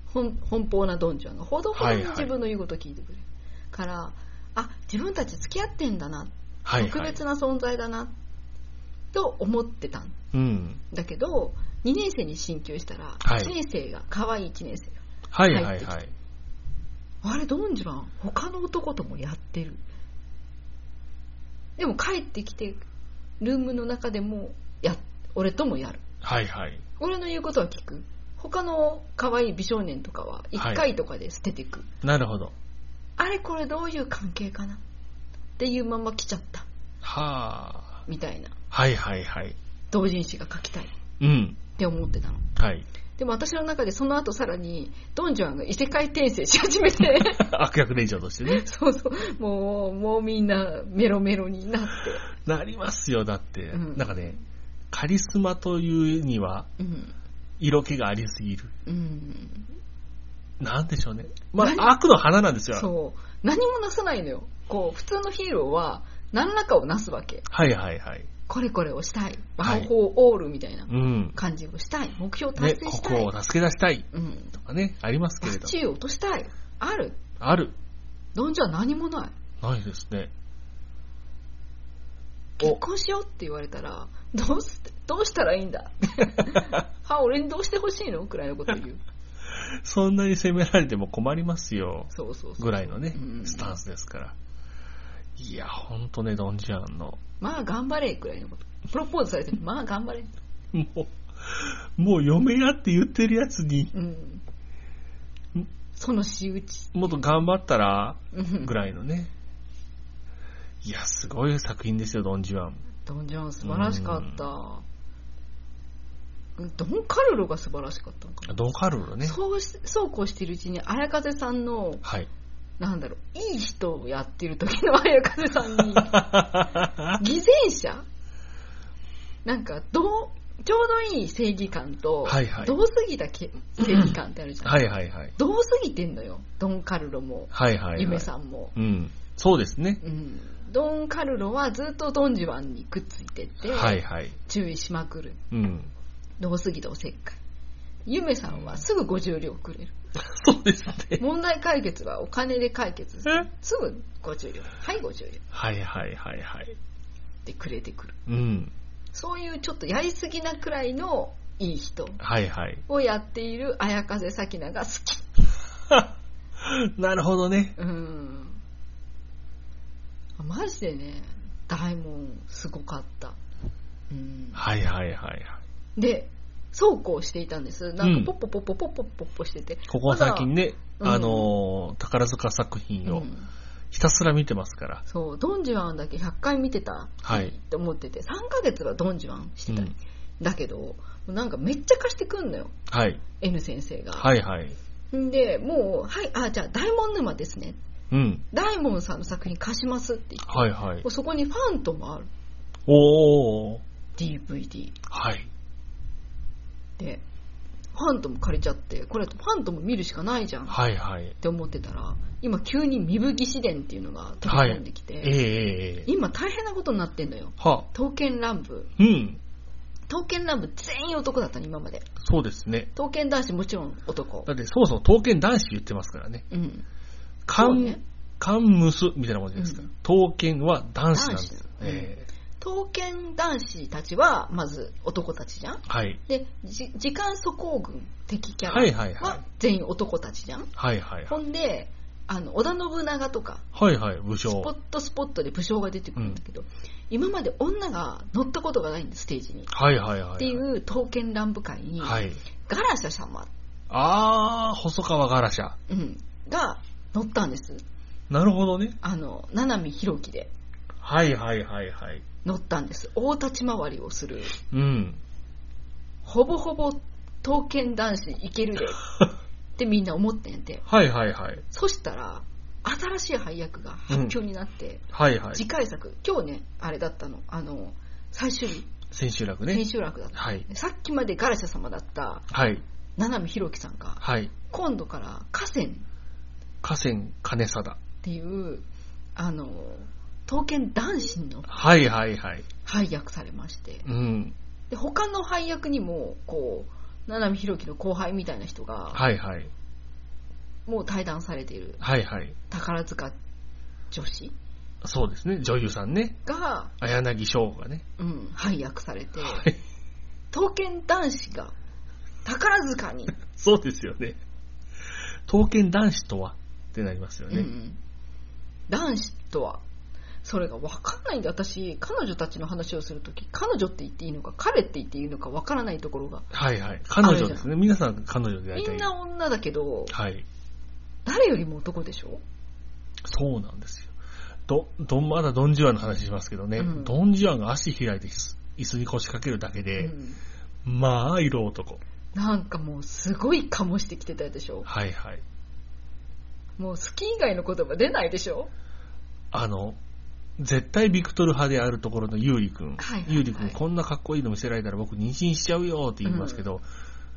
奔放なドンジュアンがほどほどに自分の言うことを聞いてくれる、はいはい、からあ自分たち付き合ってんだな、はいはい、特別な存在だなと思ってたん、うん、だけどにねん生に進級したら、はい、いちねん生が可愛いいちねん生が入ってきて、はいはいはい、あれドンジュアン他の男ともやってる、でも帰ってきてルームの中でもや俺ともやる、はいはい、俺の言うことは聞く、他の可愛い美少年とかはいっかいとかで捨てていく、はい、なるほど、あれこれどういう関係かなっていうまま来ちゃったはあみたいな、はいはいはい、同人誌が書きたい、うん、って思ってたの、はい、でも私の中でその後さらにドンジュアンが異世界転生し始めて悪役連城としてねそうそうもうもうみんなメロメロになってなりますよ、だって、うん、なんかねカリスマというには色気がありすぎる、うん、なんでしょうね、まあ悪の花なんですよ、 そう何もなさないのよ、こう普通のヒーローは何らかをなすわけ、はいはいはい、これこれをしたい、魔法オールみたいな感じをしたい、はい、目標達成したい、 ね、ここを助け出したい、うん、とかねありますけれど、 地位を落としたい、あるある、 ドンジュアン何もないないですね、 結婚しようって言われたらどうすどうしたらいいんだは俺にどうしてほしいのくらいのこと言うそんなに責められても困りますよそうそうそうぐらいのね、うん、スタンスですから、いやほんとねドンジュアンのまあ頑張れくらいのことプロポーズされてまあ頑張れもうもう嫁やって言ってるやつに、うん、 その仕打ちもっと頑張ったらぐらいのねいやすごい作品ですよドンジュアン、 ドンジュアン素晴らしかった、うん、ドンカルロが素晴らしかったのかな、 ドンカルロね、 そうそうこうしてるうちに綾風さんの、はい、なんだろういい人をやってる時の綾風さんに偽善者なんかどうちょうどいい正義感と、はいはい、どうすぎた正義感ってあるじゃん、はいはいはい、どうすぎてんのよドンカルロも、はいはいはい、夢さんも、うん、そうですね、うん、ドンカルロはずっとドンジュアンにくっついてて、はいはい、注意しまくる、うん、どうすぎたおせっかい、夢さんはすぐごじゅう両くれるそうですね、 問題解決はお金で解決する、すぐごじゅう両、はいごじゅう両、はいはいはいはいでくれてくる、うん、そういうちょっとやりすぎなくらいのいい人をやっている綾風咲菜が好きなるほどね、 うんマジでね大門すごかった、うん、はいはいはいはいでそうこうしていたんです。なんかポッポポッポポッポポッポしてて、うん、 ここ最近ね、ま、あのー、宝塚作品をひたすら見てますから、うん、 そうドンジュアンだけひゃっかい見てたって思ってて、さんかげつはドンジュアンしてた、うん、だけどなんかめっちゃ貸してくんのよ、はい、N 先生が、はいはい、でもうはいあじゃあ大門沼ですね、うん、大門さんの作品貸しますって言って、はいはい、そこにファントもある、おー ディーブイディー、はいでファントム借りちゃってこれファントム見るしかないじゃん、はいはい、って思ってたら今急に身吹騎士伝っていうのが飛び込んできて、はいえー、今大変なことになってんのよ、はあ、刀剣乱舞、うん、刀剣乱舞全員男だったね今まで、そうですね、刀剣男子もちろん男だってそもそも刀剣男子言ってますからね、うん、カン、ね、カンムスみたいなもんじゃないですか、うん、刀剣は男子なんですよ、えー刀剣男子たちはまず男たちじゃん、はい、で時間素行軍敵キャラは全員男たちじゃん、はいはいはい、ほんであの織田信長とか、はいはい、武将スポットスポットで武将が出てくるんだけど、うん、今まで女が乗ったことがないんですステージに、はいはいはいはい、っていう刀剣乱舞会に、はい、ガラシャ様あー細川ガラシャ、 うん、が乗ったんです。 なるほどね、 あの七海弘樹ではいはいはいはい乗ったんです。大立ち回りをする、うん、ほぼほぼ刀剣男子いけるでってみんな思ってんではいはいはいそしたら新しい配役が発表になって、うんはいはい、次回作今日ねあれだったのあの最終日千秋楽ね千秋楽だった、はい、さっきまでガラシャ様だった七海弘樹さんが、はい、今度から河川河川金貞っていうあの刀剣男子のはいはいはい配役されまして、うん、で他の配役にもこう七海弘樹の後輩みたいな人が、はいはい、 もう退団されている、 はいはい、 宝塚女子、 そうですね、女優さんねが綾柳翔がね、 うん、配役されて、 はい、 刀剣男子が宝塚にそうですよね。刀剣男子とはってなりますよね、うんうん、 男子とはそれが分かんないんで、私彼女たちの話をするとき、彼女って言っていいのか彼って言っていいのか分からないところが、 はいはい、彼女ですね、皆さん彼女でやりたい、 みんな女だけど、 はい、 誰よりも男でしょ。 そうなんですよ。どどまだドン・ジュアンの話しますけどね、うん、ドン・ジュアンが足開いて椅子に腰掛けるだけで、うん、まあ色男、 なんかもうすごい醸してきてたでしょ。 はいはい、 もう好き以外の言葉出ないでしょ。 あの絶対ビクトル派であるところのユーリ君、はいはいはい、ユーリ君こんなかっこいいの見せられたら僕妊娠しちゃうよって言いますけど、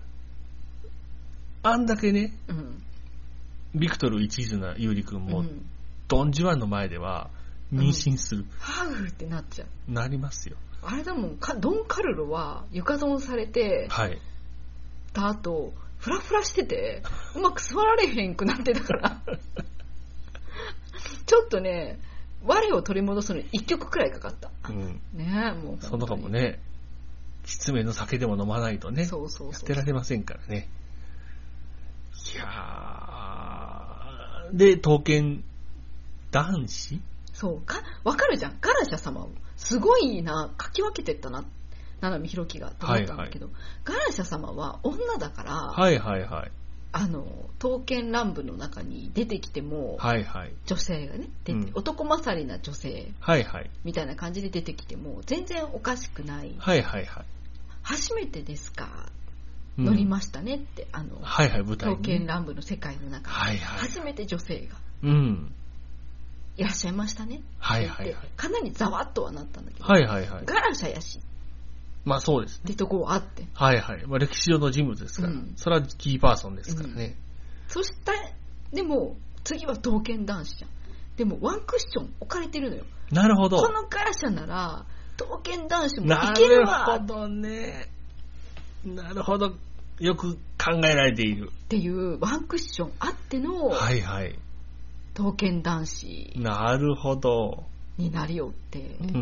うん、あんだけね、うん、ビクトル一途なユーリ君も、うん、ドン・ジュアンの前では妊娠する、うん、 ハーフってなっちゃう、 なりますよ。 あれだもん、ドン・カルロは床損されて、 はい、 た後フラフラしててうまく座られへんくなってたからちょっとね我を取り戻すのにいっきょくくらいかかった、うん、ねえ、もうその他もね、きつめの酒でも飲まないとね、そうそうそう、やってられませんからね。いやー、で刀剣男子、 そうか、わかるじゃん、ガラシャ様をすごいな、書き分けてったな、七海弘樹がと思ったんだけど、はいはい、ガラシャ様は女だから、 はいはいはい、 あの刀剣乱舞の中に出てきても、 はいはい、 女性がね出て、うん、男勝りな女性、 はいはい、 みたいな感じで出てきても全然おかしくない、 はいはいはい、 初めてですか、うん、乗りましたねって、あの、 はいはい、舞台に、 刀剣乱舞の世界の中で、 はいはい、 初めて女性が、 うん、 いらっしゃいましたねって言って、 はいはいはい、 かなりざわっとはなったんだけど、 はいはいはい、 ガラシャやし、 まあそうですね、 ってとこはあって、 はいはい、まあ、歴史上の人物ですから、うん、それはキーパーソンですからね、 うん、そしてでも次は刀剣男子じゃん。でもワンクッション置かれてるのよ。 なるほど。 このガラシャなら刀剣男子もいけるわ。 なるほどね。なるほど。よく考えられているっていうワンクッションあっての、 はいはい、 刀剣男子なるほどになりよって、 うん、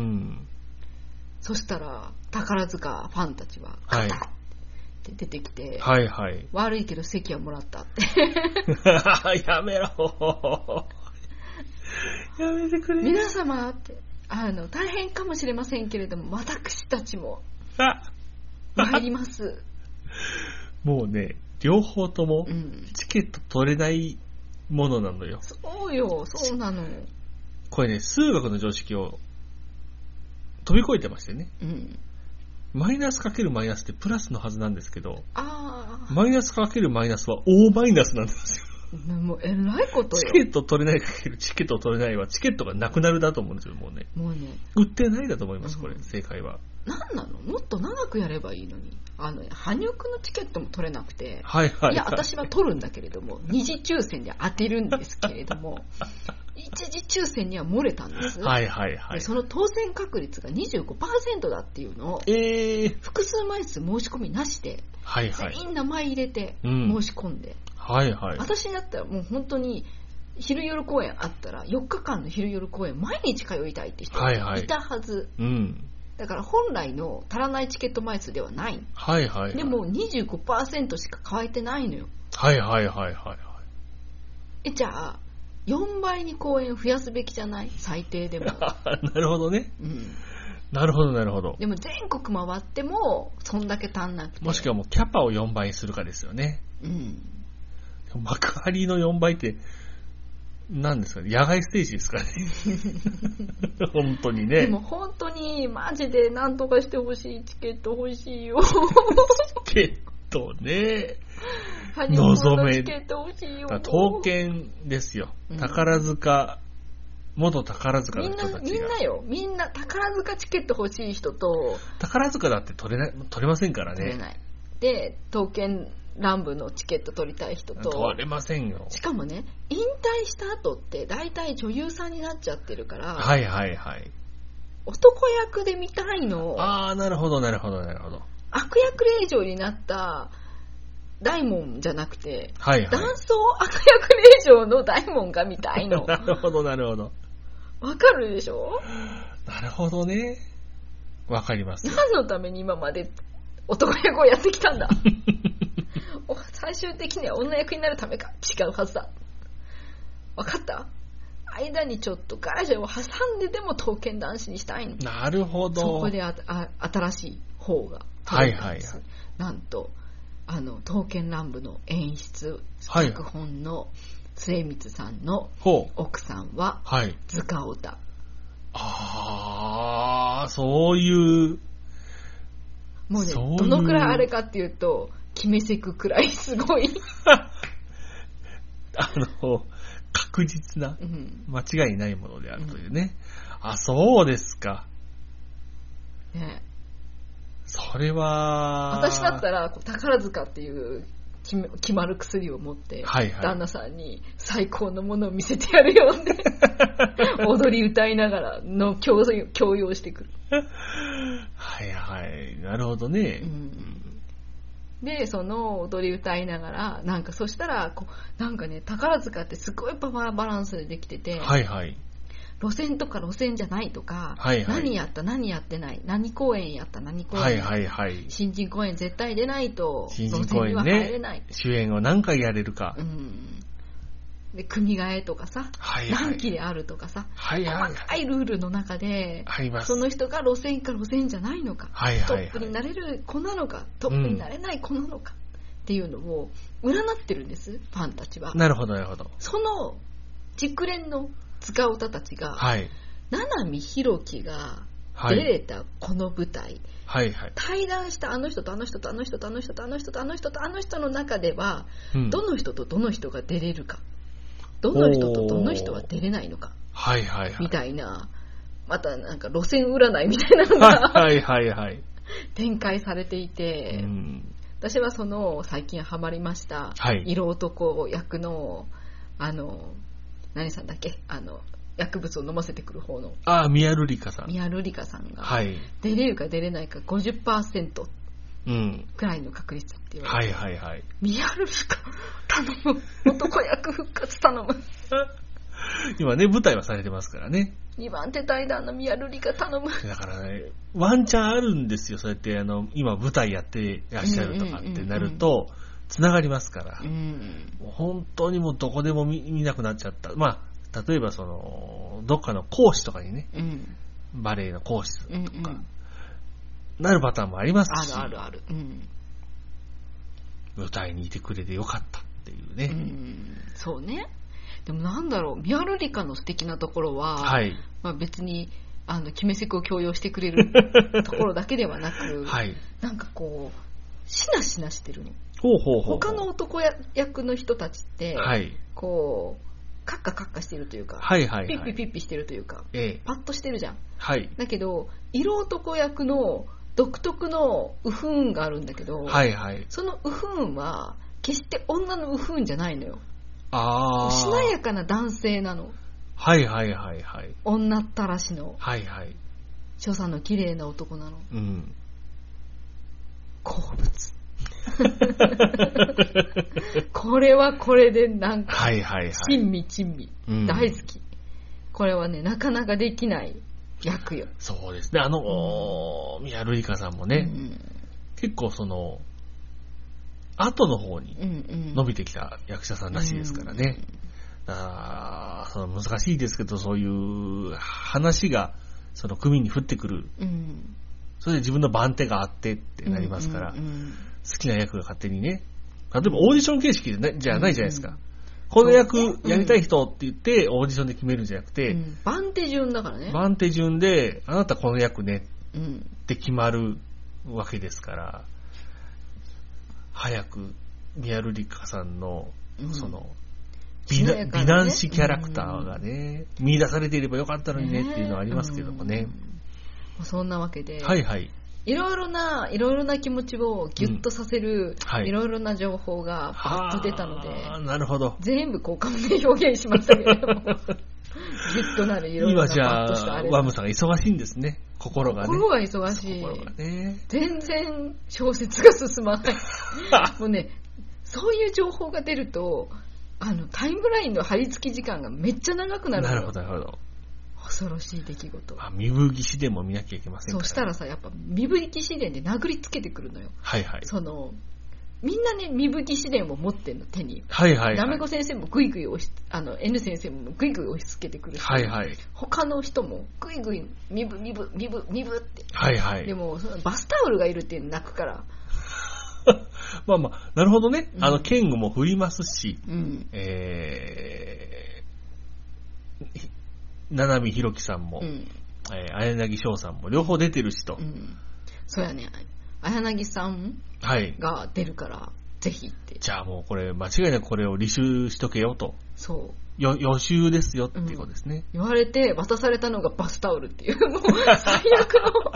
そしたら宝塚ファンたちはカタッって出てきて、 はいはい、 悪いけど席はもらったってやめろやめてくれ。 皆様ってあの大変かもしれませんけれども私たちも参りますもうね両方ともチケット取れないものなのよ、 うん、そうよ、そうなの。 これね数学の常識を飛び越えてましてね、うん、マイナスかけるマイナスってプラスのはずなんですけど、 あマイナスかけるマイナスは大マイナスなんですよ。 もうえらいことよ。 チケット取れないかけるチケット取れないはチケットがなくなるだと思うんですよ。もうね、 もうね売ってないだと思います、うん、これ正解は。 なんなの、もっと長くやればいいのに。あの羽生くんのチケットも取れなくて、 はいはいはい、 いや私は取るんだけれども二次抽選で当てるんですけれども一次抽選には漏れたんです、 はいはいはい、 でその当選確率が にじゅうごパーセント だっていうのを、 えー、 複数枚数申し込みなしで、 はいはい、 全員名前入れて申し込んで、 うん、はいはい、 私だったらもう本当に昼夜公演あったらよっかかんの昼夜公演毎日通いたいって人がいたはず、はいはい、うん、だから本来の足らないチケット枚数ではない、 はいはいはい、 でも にじゅうごパーセント しか買えてないのよ。 はいはいはいはいはい。 えじゃあよんばいに公演増やすべきじゃない、最低でもなるほどね、 うん、 なるほどなるほど。 でも全国回ってもそんだけ足んなくて、 もしくはもうキャパをよんばいにするかですよね、 うん、 幕張のよんばいって何ですかね、野外ステージですかね本当にね。 でも本当にマジで何とかしてほしい、チケット欲しいよチケットね、 望めチケット欲しいよ。 刀剣ですよ、宝塚、うん、元宝塚の人たちがみんな、みんなよ、みんな宝塚チケット欲しい人と、 宝塚だって取れない、取れませんからね。 取れないで、刀剣乱舞のチケット取りたい人と、 取れませんよ。 しかもね、引退した後って大体女優さんになっちゃってるから、 はいはいはい、 男役で見たいの。 ああ、なるほどなるほどなるほど。 悪役令嬢になった大門じゃなくて、 はいはい、 断層悪役令嬢の大門が見たいの。 なるほどなるほど。 わかるでしょ。 なるほどね。わかります。 何のために今まで男役をやってきたんだ。最終的には女役になるためか。違うはずだ。わかった。間にちょっとガージャを挟んででも刀剣男子にしたいの。 なるほど。 そこでああ新しい方がはいはいはい。 なんとあの刀剣乱舞の演出、はい、脚本の末光さんの奥さんは、はい、塚尾田。 ああ、そういうもうね、どのくらいあれかっていうと決めせくくらいすごいあの確実な、うん、間違いないものであるというね、うん、あ、そうですかね。 それは私だったら宝塚っていう決まる薬を持って、はいはい、旦那さんに最高のものを見せてやるよって踊り歌いながらの強強要してくる。 はいはい、なるほどね、うん、 でその踊り歌いながらなんかそしたらこうなんかね、宝塚ってすごいパワーバランスでできてて、 はいはい、 路線とか路線じゃないとか、はいはい、何やった何やってない、何公演やった何公演、はいはいはい、新人公演絶対出ないと路線には入れない、 ね、主演を何回やれるか、 うん、で組替えとかさ、はいはい、何期であるとかさ、はいはいはい、細かいルールの中で、はい、その人が路線か路線じゃないのか、はいはいはい、トップになれる子なのかトップになれない子なのか、うん、っていうのを占ってるんです、ファンたちは。 なるほどなるほど。 その熟練の塚尾田たちが、はい、七海弘樹が出れたこの舞台、はいはい、対談したあの人とあの人とあの人とあの人とあの人とあの人とあの人の中では、うん、どの人とどの人が出れるか、どの人とどの人は出れないのか、はいはいはい、みたいな、またなんか路線占いみたいなのがはいはい、はい、展開されていて、うん、私はその最近ハマりました、はい、色男役のあの何さんだっけ、あの薬物を飲ませてくる方の、 ああ、宮ルリカさん宮ルリカさんが、はい、出れるか出れないか ごじゅっパーセント くらいの確率って言われて、うん、はいはいはい、宮ルリカ頼む、男役復活頼む今ね舞台はされてますからね、 にばん手対談の宮ルリカ頼む。 だからね、ワンチャンあるんですよ、そうやってあの今舞台やってらっしゃるとかってなると、うんうんうんうん、つながりますから、うん、もう本当にもうどこでも 見, 見なくなっちゃった。まあ例えばそのどっかの講師とかにね、うん、バレエの講師とか、うんうん、なるパターンもありますし、 あるあるある、うん、 舞台にいてくれてよかったっていうね、うん、 そうね。でもなんだろう、宮ルリカの素敵なところは、はい、まあ、別にあの決めセクを強要してくれるところだけではなく、はい、なんかこうしなしなしてるの。ほうほうほうほう、他の男役の人たちって、はい、こうカッカカッカしてるというか、はいはいはい、ピッピピッピしてるというか、ええ、パッとしてるじゃん、はい、だけど色男役の独特のウフーンがあるんだけど、はいはい、そのウフーンは決して女のウフーンじゃないのよ。あ、しなやかな男性なの。はいはいはいはい、女ったらしの、はいはい、所作の綺麗な男なの、うん、好物これはこれでなんか、はいはいはい、珍味珍味、うん、大好き。これはね、なかなかできない役よ。 そうですね、あの、うん、宮ルリカさんもね、うん、結構その後の方に伸びてきた役者さんらしいですからね、うんうん、だからその難しいですけど、そういう話がその組に降ってくる、うん、それで自分の番手があってってなりますから、うんうんうん、好きな役が勝手にね、例えばオーディション形式でじゃないじゃないですか、うんうん、この役やりたい人って言ってオーディションで決めるんじゃなくて、うん、 番手順だからね、 番手順であなたこの役ねって決まるわけですから、早く宮ルリカさんのその、うん、美, ね、美男子キャラクターがね、うん、見出されていればよかったのにねっていうのはありますけどもね、 うん、そんなわけで、 はいはい、 いろいろないろいろな気持ちをギュッとさせる、うん、はい、いろいろな情報がパッと出たので、 あ、なるほど、 全部こう顔で表現しましたけれどもギュッとなるいろいろなパッとしたあれ、 今じゃあワムさんが忙しいんですね、心がね、 心が忙しい、心がね、全然小説が進まないもうね、 そういう情報が出るとあのタイムラインの貼り付き時間がめっちゃ長くなるのよ。 なるほどなるほど。 恐ろしい出来事。 あ、身吹き試練も見なきゃいけませんから、ね、 そうしたらさ、やっぱ身吹き試練で殴りつけてくるのよ。 はいはい。 そのみんなね、身吹き試練を持ってんの、手に。 はいはいはい。 なめこ先生もグイグイ押し、あの N 先生もグイグイ押し付けてくるし、 はいはい。 他の人もグイグイ身ぶ身ぶ身ぶ身ぶって。 はいはい。 でもそのバスタオルがいるって泣くから。 まあまあ、なるほどね。 うん、 あの、剣も振りますし、 うん、 えー、七海ひろきさんも、うん、えー、綾柳翔さんも両方出てるしと。 うん、そうやね。綾柳さんが出るから、はい、ぜひって。 じゃあもうこれ、間違いなくこれを履修しとけよと。 そう。 よ予習ですよっていうことですね、うん。 言われて渡されたのがバスタオルっていう、もう最悪の。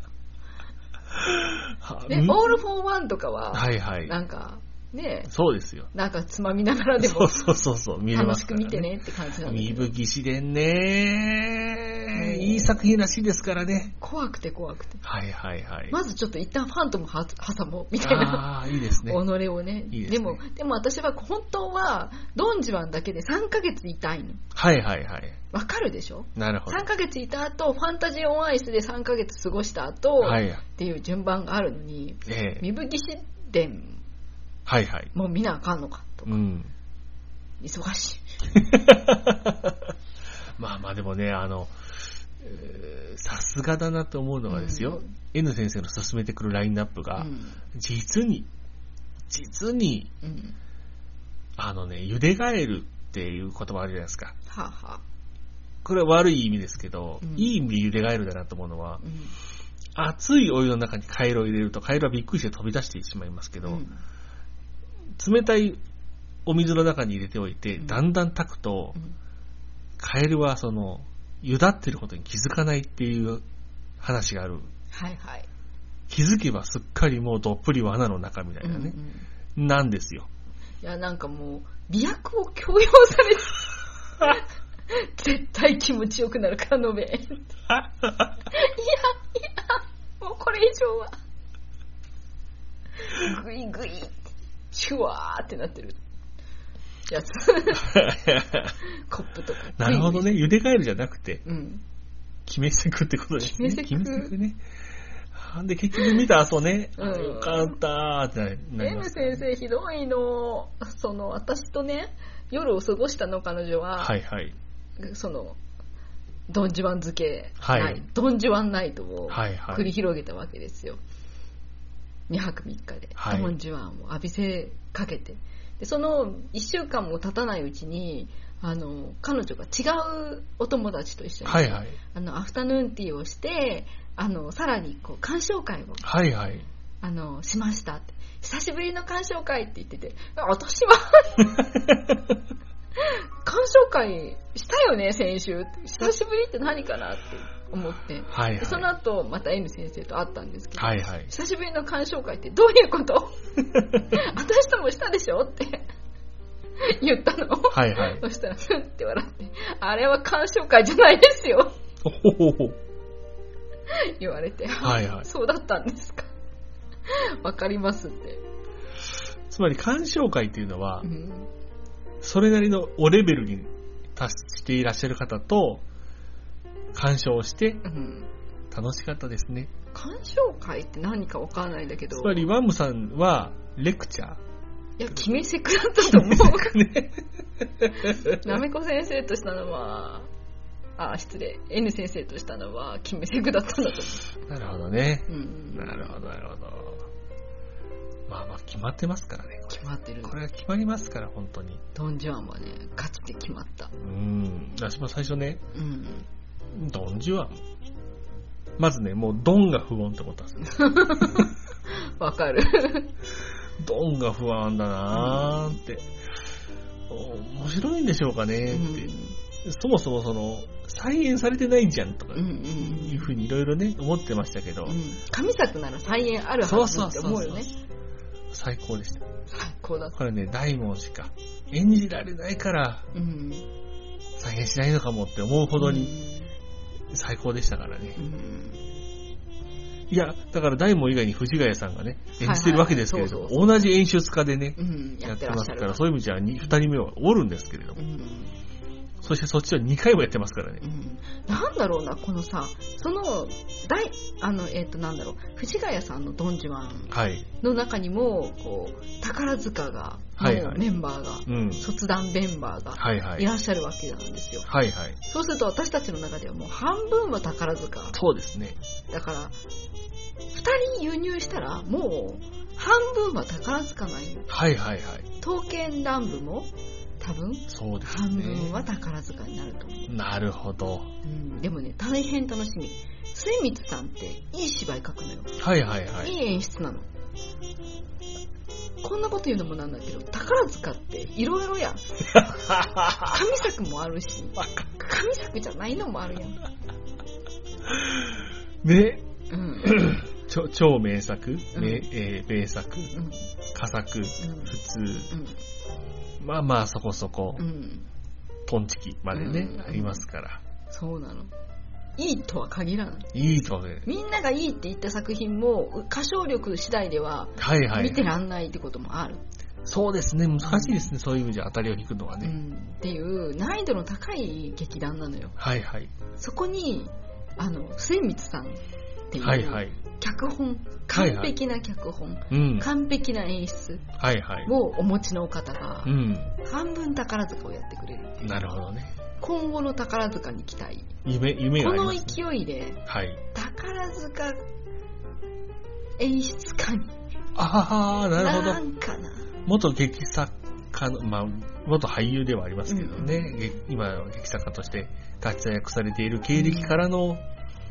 ね、オールフォーワンとかは、はいはい、なんか、ね、 そうですよ。 なんかつまみながらでも、 そうそうそう、見れますからね、 楽しく見てねって感じなんで。 身吹き試練ね、いい作品らしいですからね。 怖くて怖くて。 はいはいはい。 まずちょっと一旦ファントム挟もうみたいな。 ああ、いいですね。 己をね。いいですね。でも、でも私は本当は、ドンジュアンだけでさんかげついたいの。 はいはいはい。 わかるでしょ？ なるほど。 さんかげついた後、ファンタジーオンアイスでさんかげつ過ごした後、はい、っていう順番があるのに、ええ、身吹き試練はいはい。 もう見なあかんのかとか、うん、忙しい。 まあまあでもね、あの、さすがだなと思うのがですよ、うん、N 先生の進めてくるラインナップが、うん、実に、実に、うん、あのね、茹でガエルっていう言葉あるじゃないですか。はあはあ、これは悪い意味ですけど、うん、いい意味で茹でガエルだなと思うのは、うん、熱いお湯の中にカエルを入れるとカエルはびっくりして飛び出してしまいますけど、うん、冷たいお水の中に入れておいて、うん、だんだん炊くと、うん、カエルはその茹だってることに気づかないっていう話がある。はいはい。気づけばすっかりもうどっぷり罠の中みたいなね、うんうん、なんですよ。いやなんかもう美薬を強要されて絶対気持ちよくなるから飲め。いやいやもうこれ以上はグイグイシュワーってなってるやつコップとか。 なるほどね。茹でガエルじゃなくて、うん、決めセクってことですね。決めセクね。で結局見た後ね、うん、よかったーってなりました、ね。 N 先生ひどいの。その私とね夜を過ごしたの彼女は、はいはい、そのドンジュアン漬け、はい、ドンジュアンナイトを繰り広げたわけですよ。にはくみっかで、はい、ドンジュアンを浴びせかけて、でそのいっしゅうかんも経たないうちにあの彼女が違うお友達と一緒に、はいはい、あのアフタヌーンティーをしてあのさらにこう鑑賞会を、はいはい、あのしましたって。久しぶりの鑑賞会って言ってて、私は鑑賞会したよね先週。久しぶりって何かなって思って、はいはい、その後また N 先生と会ったんですけど、はいはい、久しぶりの鑑賞会ってどういうこと私ともしたでしょって言ったの、はいはい、そしたらふんって笑って、あれは鑑賞会じゃないですよ言われて、はいはい、そうだったんですかわかりますって。 つまり鑑賞会っていうのは、うん、それなりのおレベルに達していらっしゃる方と鑑賞して、うん、楽しかったですね。 鑑賞会って何かわからないんだけど、 つまりワムさんはレクチャー、 いや決めセクだったと思うねなめこ先生としたのはあ失礼 N 先生としたのは決めセクだったんだと思う。 なるほどね、うん、なるほどなるほど。まあまあ決まってますからね。 決まってる。 これが決まりますから本当に。 ドンジュアンはねガチで決まった。 うん。私も最初ね、うん、ドンジュアン。まずねもうドンが不穏って思ったんですよ。 わかる。 ドンが不安だなーって、うん、面白いんでしょうかねって、うん、そもそもその再演されてないじゃんとかいうふうにいろいろね思ってましたけど、うん、 神作なら再演あるはずって思うよね。 最高でした。 最高だった。 これね大門しか演じられないから、うん、再現しないのかもって思うほどに最高でしたからね、うん、 いや、だから大門以外に藤ヶ谷さんがね、演じてるわけですけれども、同じ演出家でね、 うん、 やってますから、そういう意味じゃ二人目はおるんですけれども、うん、そしてそっちはにかいもやってますからね。 うん、なんだろうな、このさ、その、大、あの、えっと、なんだろう、藤ヶ谷さんのドンジュワンの中にも、こう、宝塚が、のメンバーが、はいはい、卒団メンバーがいらっしゃるわけなんですよ。 はいはい。 そうすると私たちの中ではもう半分は宝塚。 そうですね。 だから、ふたり輸入したら、もう、半分は宝塚なんよ。 はいはいはい。 刀剣乱舞も、多分、そうですね、半分は宝塚になると思う。 なるほど。 うん、でもね、大変楽しみ。末光さんっていい芝居書くのよ。 はいはいはい。 いい演出なの。こんなこと言うのもなんだけど、宝塚っていろいろやん。神作もあるし、神作じゃないのもあるやん。 ね、 うん、 超, 超名作、うんえー、名作、うん、佳作、うん、普通、うん、まあまあそこそこ、うん、トンチキまでね、うん、ありますから。 そうなの。いいとは限らない。 いいとはね。 みんながいいって言った作品も歌唱力次第では見てらんないってこともある。はいはい、 そうですね、難しいですね、うん、そういう意味じゃ当たりを引くのはね、 うん。っていう難易度の高い劇団なのよ。 はいはい。 そこにあの末光さんっていう、はいはい、脚本、完璧な脚本、はいはい、完璧な演出をお持ちのお方が、うん、半分宝塚をやってくれる。 なるほどね。 今後の宝塚に期待。 夢、夢があります、ね、 この勢いで、はい、宝塚演出家に。 ああ、なるほど。 なんかな。 元劇作家の、まあ、元俳優ではありますけどね、うん、今は劇作家として活躍されている経歴からの、うん、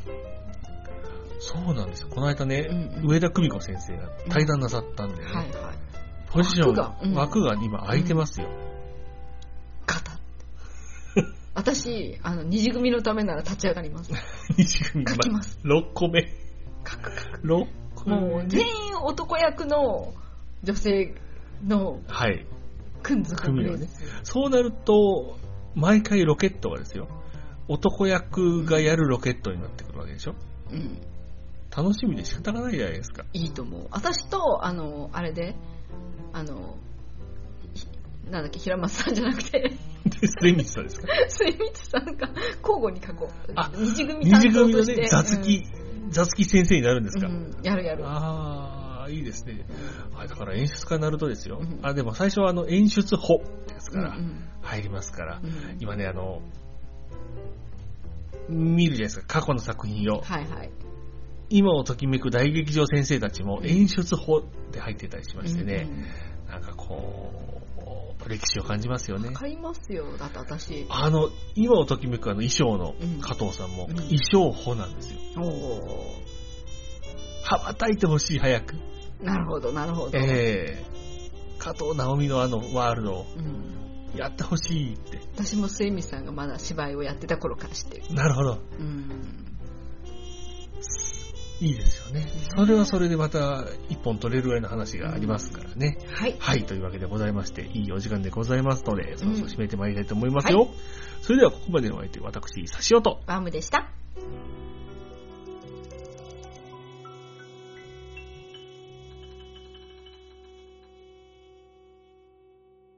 そうなんですよ。この間ね、うんうん、上田久美子先生が対談なさったんでね、うんはいはい、ポジション、枠が、うん、枠が今空いてますよ。 ガタッ。私、あの、二次組のためなら立ち上がります。 二次組書きます。 ろっこめ。 書く書く。 ろっこめ。 もう、全員男役の女性の、はい。くんず組みです、ね。 そうなると、毎回ロケットがですよ。男役がやるロケットになってくるわけでしょ。うん。楽しみで仕方がないじゃないですか。 いいと思う。私と、あの、あれで、あの、なんだっけ、平松さんじゃなくて末光さんですか。 末光さんが交互に書こう。 あ、 二次組担当として。 二次組のね、座付き、うん、座付き先生になるんですか。 うん、やるやる。 ああ、いいですね。あ、だから演出家になるとですよ。うん、あ、でも最初はあの演出補ですから、入りますから、うんうん、今ね、あの、見るじゃないですか、過去の作品を。 はいはい。 今をときめく大劇場先生たちも演出補で入ってたりしましてね、うんうん、なんかこう、歴史を感じますよね。 わかりますよ。だって私。 あの、今をときめくあの衣装の加藤さんも、衣装補なんですよ。うん、お羽ばたいてほしい、早く。 なるほど、なるほど。 ええー、加藤直美のあのワールドを、やってほしいって、うん。 私も末光さんがまだ芝居をやってた頃から知ってる。 なるほど。うん。いいですよね。それはそれでまた一本取れるぐらいの話がありますからね。うん、はい。はい。というわけでございまして、いいお時間でございますので、そろそろ締めてまいりたいと思いますよ。うんはい、それではここまでのお相手、私、サシオとバームでした。